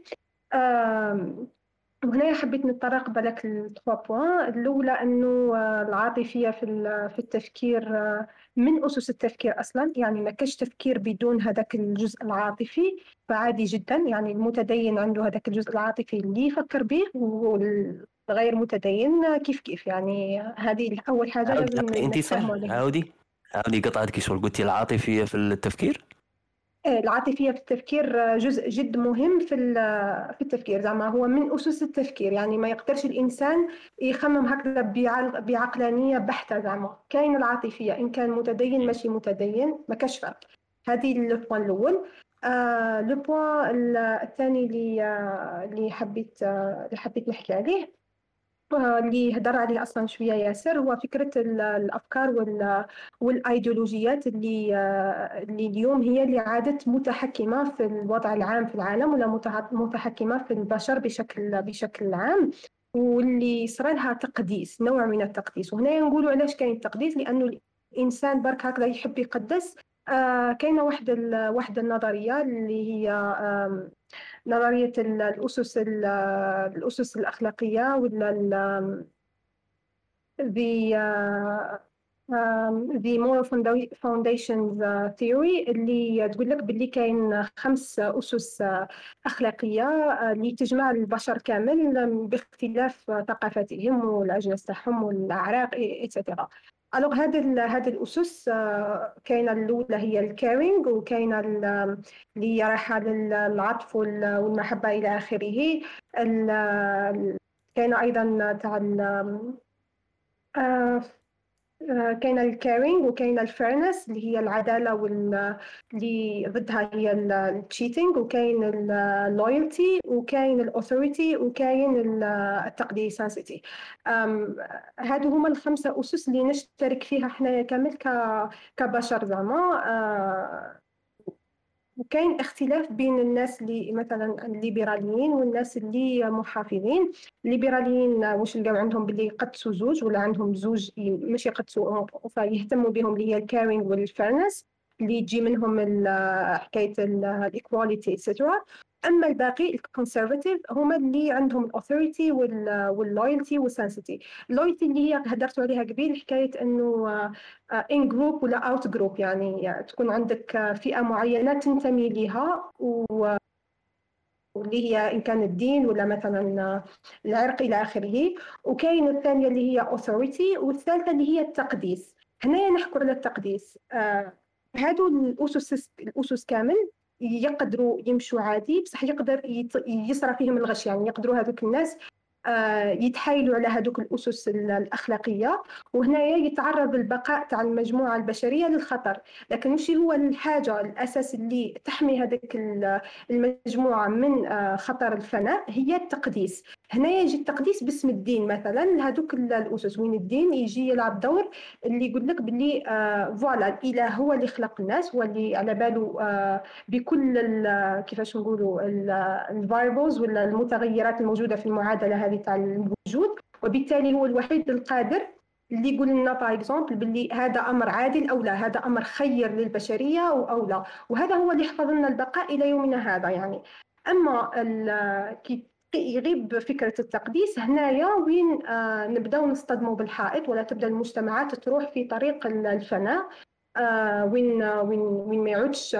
وهنا حبيت نتطرق بالك للتخوا بوان. الأولى أنه العاطفية في التفكير من أسس التفكير أصلا، يعني ما كاش تفكير بدون هذاك الجزء العاطفي، فعادي جدا. يعني المتدين عنده هذاك الجزء العاطفي اللي يفكر به، والغير متدين كيف يعني. هذه أول حاجة لازم نتفهموا عليها. عاودي قطعتك شغل، قلتي العاطفية في التفكير. العاطفية في التفكير جزء جد مهم في التفكير، زعما هو من أسس التفكير. يعني ما يقدرش الإنسان يخمم هكذا بعقلانية بحتة. زعما كاين العاطفية إن كان متدين ماشي متدين ما كاش فرق. هذه البوان الأول. البوان الثاني اللي حبيت نحكي عليه، اللي هدر عليه أصلا شوية ياسر، هو فكرة الأفكار والأيديولوجيات اللي اليوم هي اللي عادت متحكمة في الوضع العام في العالم، ولا متحكمة في البشر بشكل عام، واللي صار لها تقديس، نوع من التقديس. وهنا نقولوا علاش كاين التقديس، لأنه الإنسان برك هكذا يحب يقدس. كاينة واحدة النظرية اللي هي نظرية الأسس الأخلاقية، ولا the moral foundations theory، اللي تقول لك باللي كاين 5 أسس أخلاقية اللي تجمع البشر كامل باختلاف ثقافتهم والأجناس تاعهم والأعراق etc. الوغ هذه الأسس كاينة الأولى هي الكارينغ، وكاينة اللي هي رايحة للعطف والمحبة إلى آخره. كاينة أيضا تاع كاين الكارينغ، وكاين الفيرنس اللي هي العدالة، اللي ضدها هي التشيتينغ، وكاين اللويالتي، وكاين الاوثوريتي، وكاين التقديس سانسيتي. هادو هما ال5 أسس اللي نشترك فيها حنايا كامل كبشر زعما. وكاين اختلاف بين الناس اللي مثلا الليبراليين والناس اللي محافظين. الليبراليين واش لقاو عندهم باللي يقدسوا زوج، ولا عندهم زوج ماشي يقدسوا، فيهتموا بهم، اللي هي الكارينغ والفيرنس، اللي تجي منهم حكايه الايكواليتي اكسترا. اما الباقي الكونسرفاتيف هما اللي عندهم الاوثوريتي واللويالتي والسنسيتي. اللويالتي اللي هي هدرتوا عليها قبيل، حكايه انه ان جروب ولا اوت جروب، يعني تكون عندك فئه معينه تنتمي لها، واللي هي ان كان الدين ولا مثلا العرق الى اخره. وكاين الثانيه اللي هي authority، والثالثه اللي هي التقديس. هنا نحكوا على التقديس. هادو الاسس كامل يقدروا يمشوا عادي، بصح يقدر يصرى فيهم الغش. يعني يقدروا هذوك الناس يتحايلوا على هذوك الأسس الأخلاقية، وهنايا يتعرض البقاء تاع المجموعة البشرية للخطر. لكن مش هو الحاجة الأساس اللي تحمي هذيك المجموعة من خطر الفناء، هي التقديس. هنا يجي التقديس باسم الدين مثلا. هذوك الأسس وين الدين يجي يلعب دور، اللي يقول لك باللي فوالا الإله هو اللي خلق الناس، هو اللي على باله بكل كيفاش نقولوا الفاريبلز ولا المتغيرات الموجودة في المعادلة هذه تاع الوجود، وبالتالي هو الوحيد القادر اللي يقول لنا باغ اكزومبل باللي هذا امر عادل او لا، هذا امر خير للبشريه او لا. وهذا هو اللي يحفظ لنا البقاء الى يومنا هذا يعني. اما كي يغيب فكرة التقديس. هنايا وين نبداو نصطدموا بالحائط، ولا تبدا المجتمعات تروح في طريق الفناء، وين ما يعودش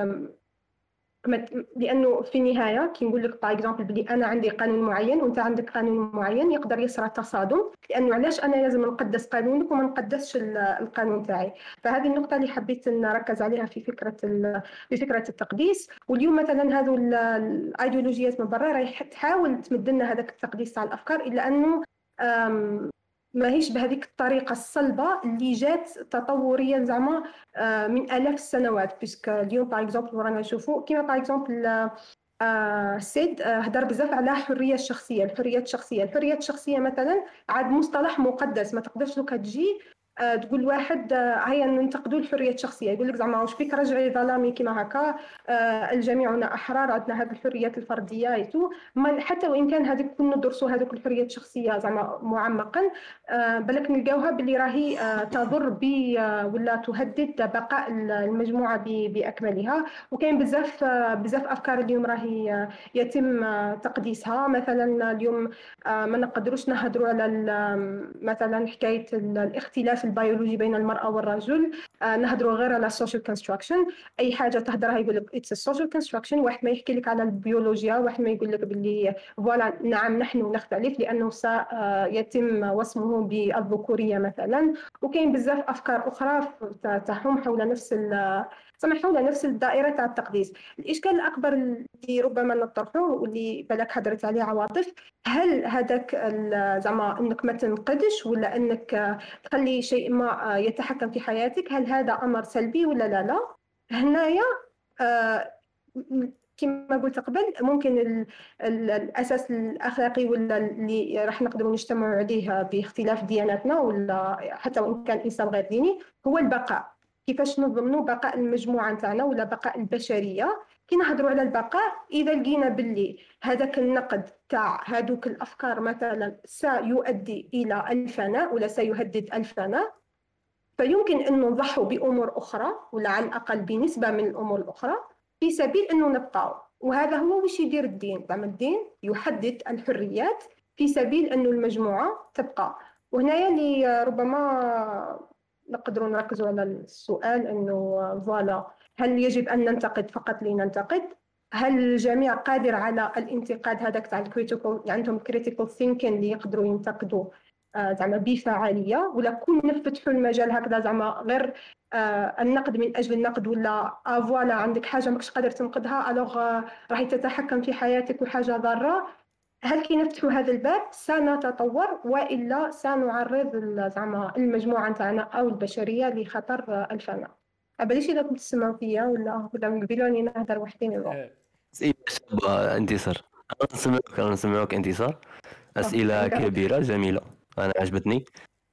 لانه في النهايه كي نقول لك باغ اكزومبل بلي انا عندي قانون معين وانت عندك قانون معين، يقدر يصرى تصادم، لانه علاش انا لازم نقدس قانونك وما نقدسش القانون تاعي. فهذه النقطه اللي حبيت نركز عليها في فكره التقديس. واليوم مثلا هذو الايديولوجيات من برا راح تحاول تمد لنا هذاك التقديس تاع الافكار، الا انه ما هيش بهذيك الطريقة الصلبة اللي جات تطوريا زعما من آلاف السنوات. بيسك اليوم باغ اكزومبل ورانا نشوفوا كيما باغ اكزومبل سيد هدر بزاف على الحرية الشخصية. الحرية الشخصية مثلا عاد مصطلح مقدس، ما تقدرش لو تجي تقول واحد هيا ننتقدوا الحريه الشخصيه، يقول لك زعما واش بيك رجعي ظلامي كيما هكا، الجميعنا احرار، عندنا هذه الحريات الفرديه ايتو. حتى وان كان هذيك كنا ندرسوا هذوك الحريات الشخصيه زعما معمقا، بالك نلقاوها باللي راهي تضر ولا تهدد بقاء المجموعه باكملها. وكاين بزاف افكار اليوم راهي يتم تقديسها. مثلا اليوم ما نقدروش نهضروا على مثلا حكايه الاختلاف البيولوجي بين المرأة والرجل، نهضروا غير على السوشيال كونستراكشن. أي حاجة تهضرها يقول لك it's a social construction، واحد ما يحكي لك على البيولوجيا، واحد ما يقول لك باللي فوالا نعم نحن نختلف لأنه سيتم وصمه بالذكورية مثلا. وكاين بزاف أفكار أخرى تحوم حول نفس الدائرة تاع التقديس. الإشكال الأكبر اللي ربما نطرحه واللي بالك حضرت عليه عواطف، هل هذاك زعما انك ما تنقدش ولا انك تخلي شيء ما يتحكم في حياتك، هل هذا امر سلبي ولا لا؟ هنايا كما قلت قبل ممكن الاساس الاخلاقي ولا اللي راح نقدروا نجتمعوا عليه باختلاف دياناتنا ولا حتى وان كان انسان غير ديني، هو البقاء. كيفاش نضمنوا بقاء المجموعه نتاعنا ولا بقاء البشريه؟ كي نهضروا على البقاء، اذا لقينا باللي هذاك النقد تاع هذوك الافكار مثلا سيؤدي الى الفناء ولا سيهدد الفناء، فيمكن انه نضحوا بامور اخرى ولا على الاقل بنسبه من الامور الاخرى في سبيل انه نبقاو. وهذا هو وش يدير الدين. زعما الدين يحدد الحريات في سبيل انه المجموعه تبقى. وهنايا اللي ربما نقدروا نركزوا على السؤال انه فوالا هل يجب ان ننتقد فقط لننتقد؟ هل الجميع قادر على الانتقاد هذاك تاع الكريتيكال، يعني عندهم كريتيكال ثينكين اللي يقدروا ينتقدوا زعما بفعاليه، ولا كون نفتحوا المجال هكذا زعما غير النقد من اجل النقد، ولا فوالا عندك حاجه ماكش قادر تنقدها الوغ راح تتحكم في حياتك وحاجه ضاره؟ هل كي نفتحوا هذا الباب سنتطور والا سنعرض زعما المجموعه نتاعنا او البشريه لخطر الفناء؟ أبليش إذا كنت تسمعوا فيا ولا قبلوني نهدر وحدين. انتصار، أنا نسمعوك انتصار. أسئلة كبيرة جميلة، أنا عجبتني.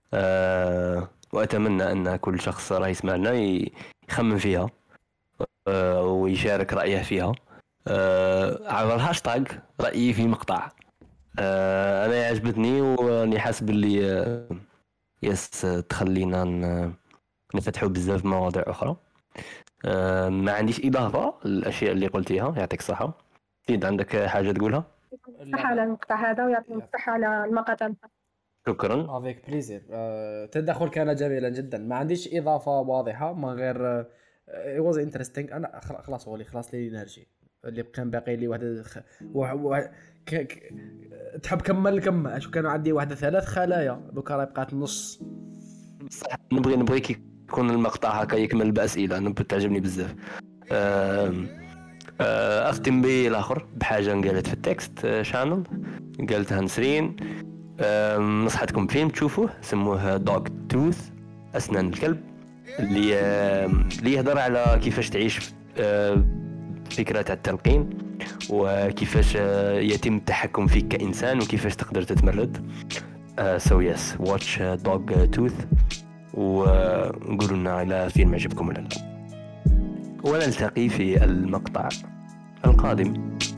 وأتمنى أن كل شخص راه يسمعنا يخمن فيها ويشارك رأيه فيها عبر هاشتاغ رأيي في مقطع. أنا عجبتني وراني حاسس باللي تخلينا نفتحوا بزاف مواضيع أخرى. ما عنديش إضافة للأشياء اللي قلتيها، يعطيك الصحة. إذا عندك حاجة تقولها؟ صح على المقطع هذا ويعطيك الصحة على المقاطع. شكرا. افيك بليزير. التدخل كان جميلا جدا. ما عنديش إضافة واضحة ما غير it was interesting. أنا خلاص لي نرجي اللي كان باقي لي تحب كمل أشو كانوا عندي 3 خلايا دوكا راه بقات نص. صح، نبغي كي يكون المقطع هكا يكمل بأسئلة، أنا تعجبني بزاف. أختم بالآخر بحاجة قالت في التكست شانل، قالتها نسرين. نصحتكم فيلم تشوفوه سموه دوغ توث، أسنان الكلب، اللي يهضر على كيفاش تعيش فكرة التلقين وكيفاش يتم التحكم فيك كإنسان وكيفاش تقدر تتمرد. so yes, watch dog tooth وقولوا لنا إلى فيلم عجبكم ولا لا، ونلتقي في المقطع القادم.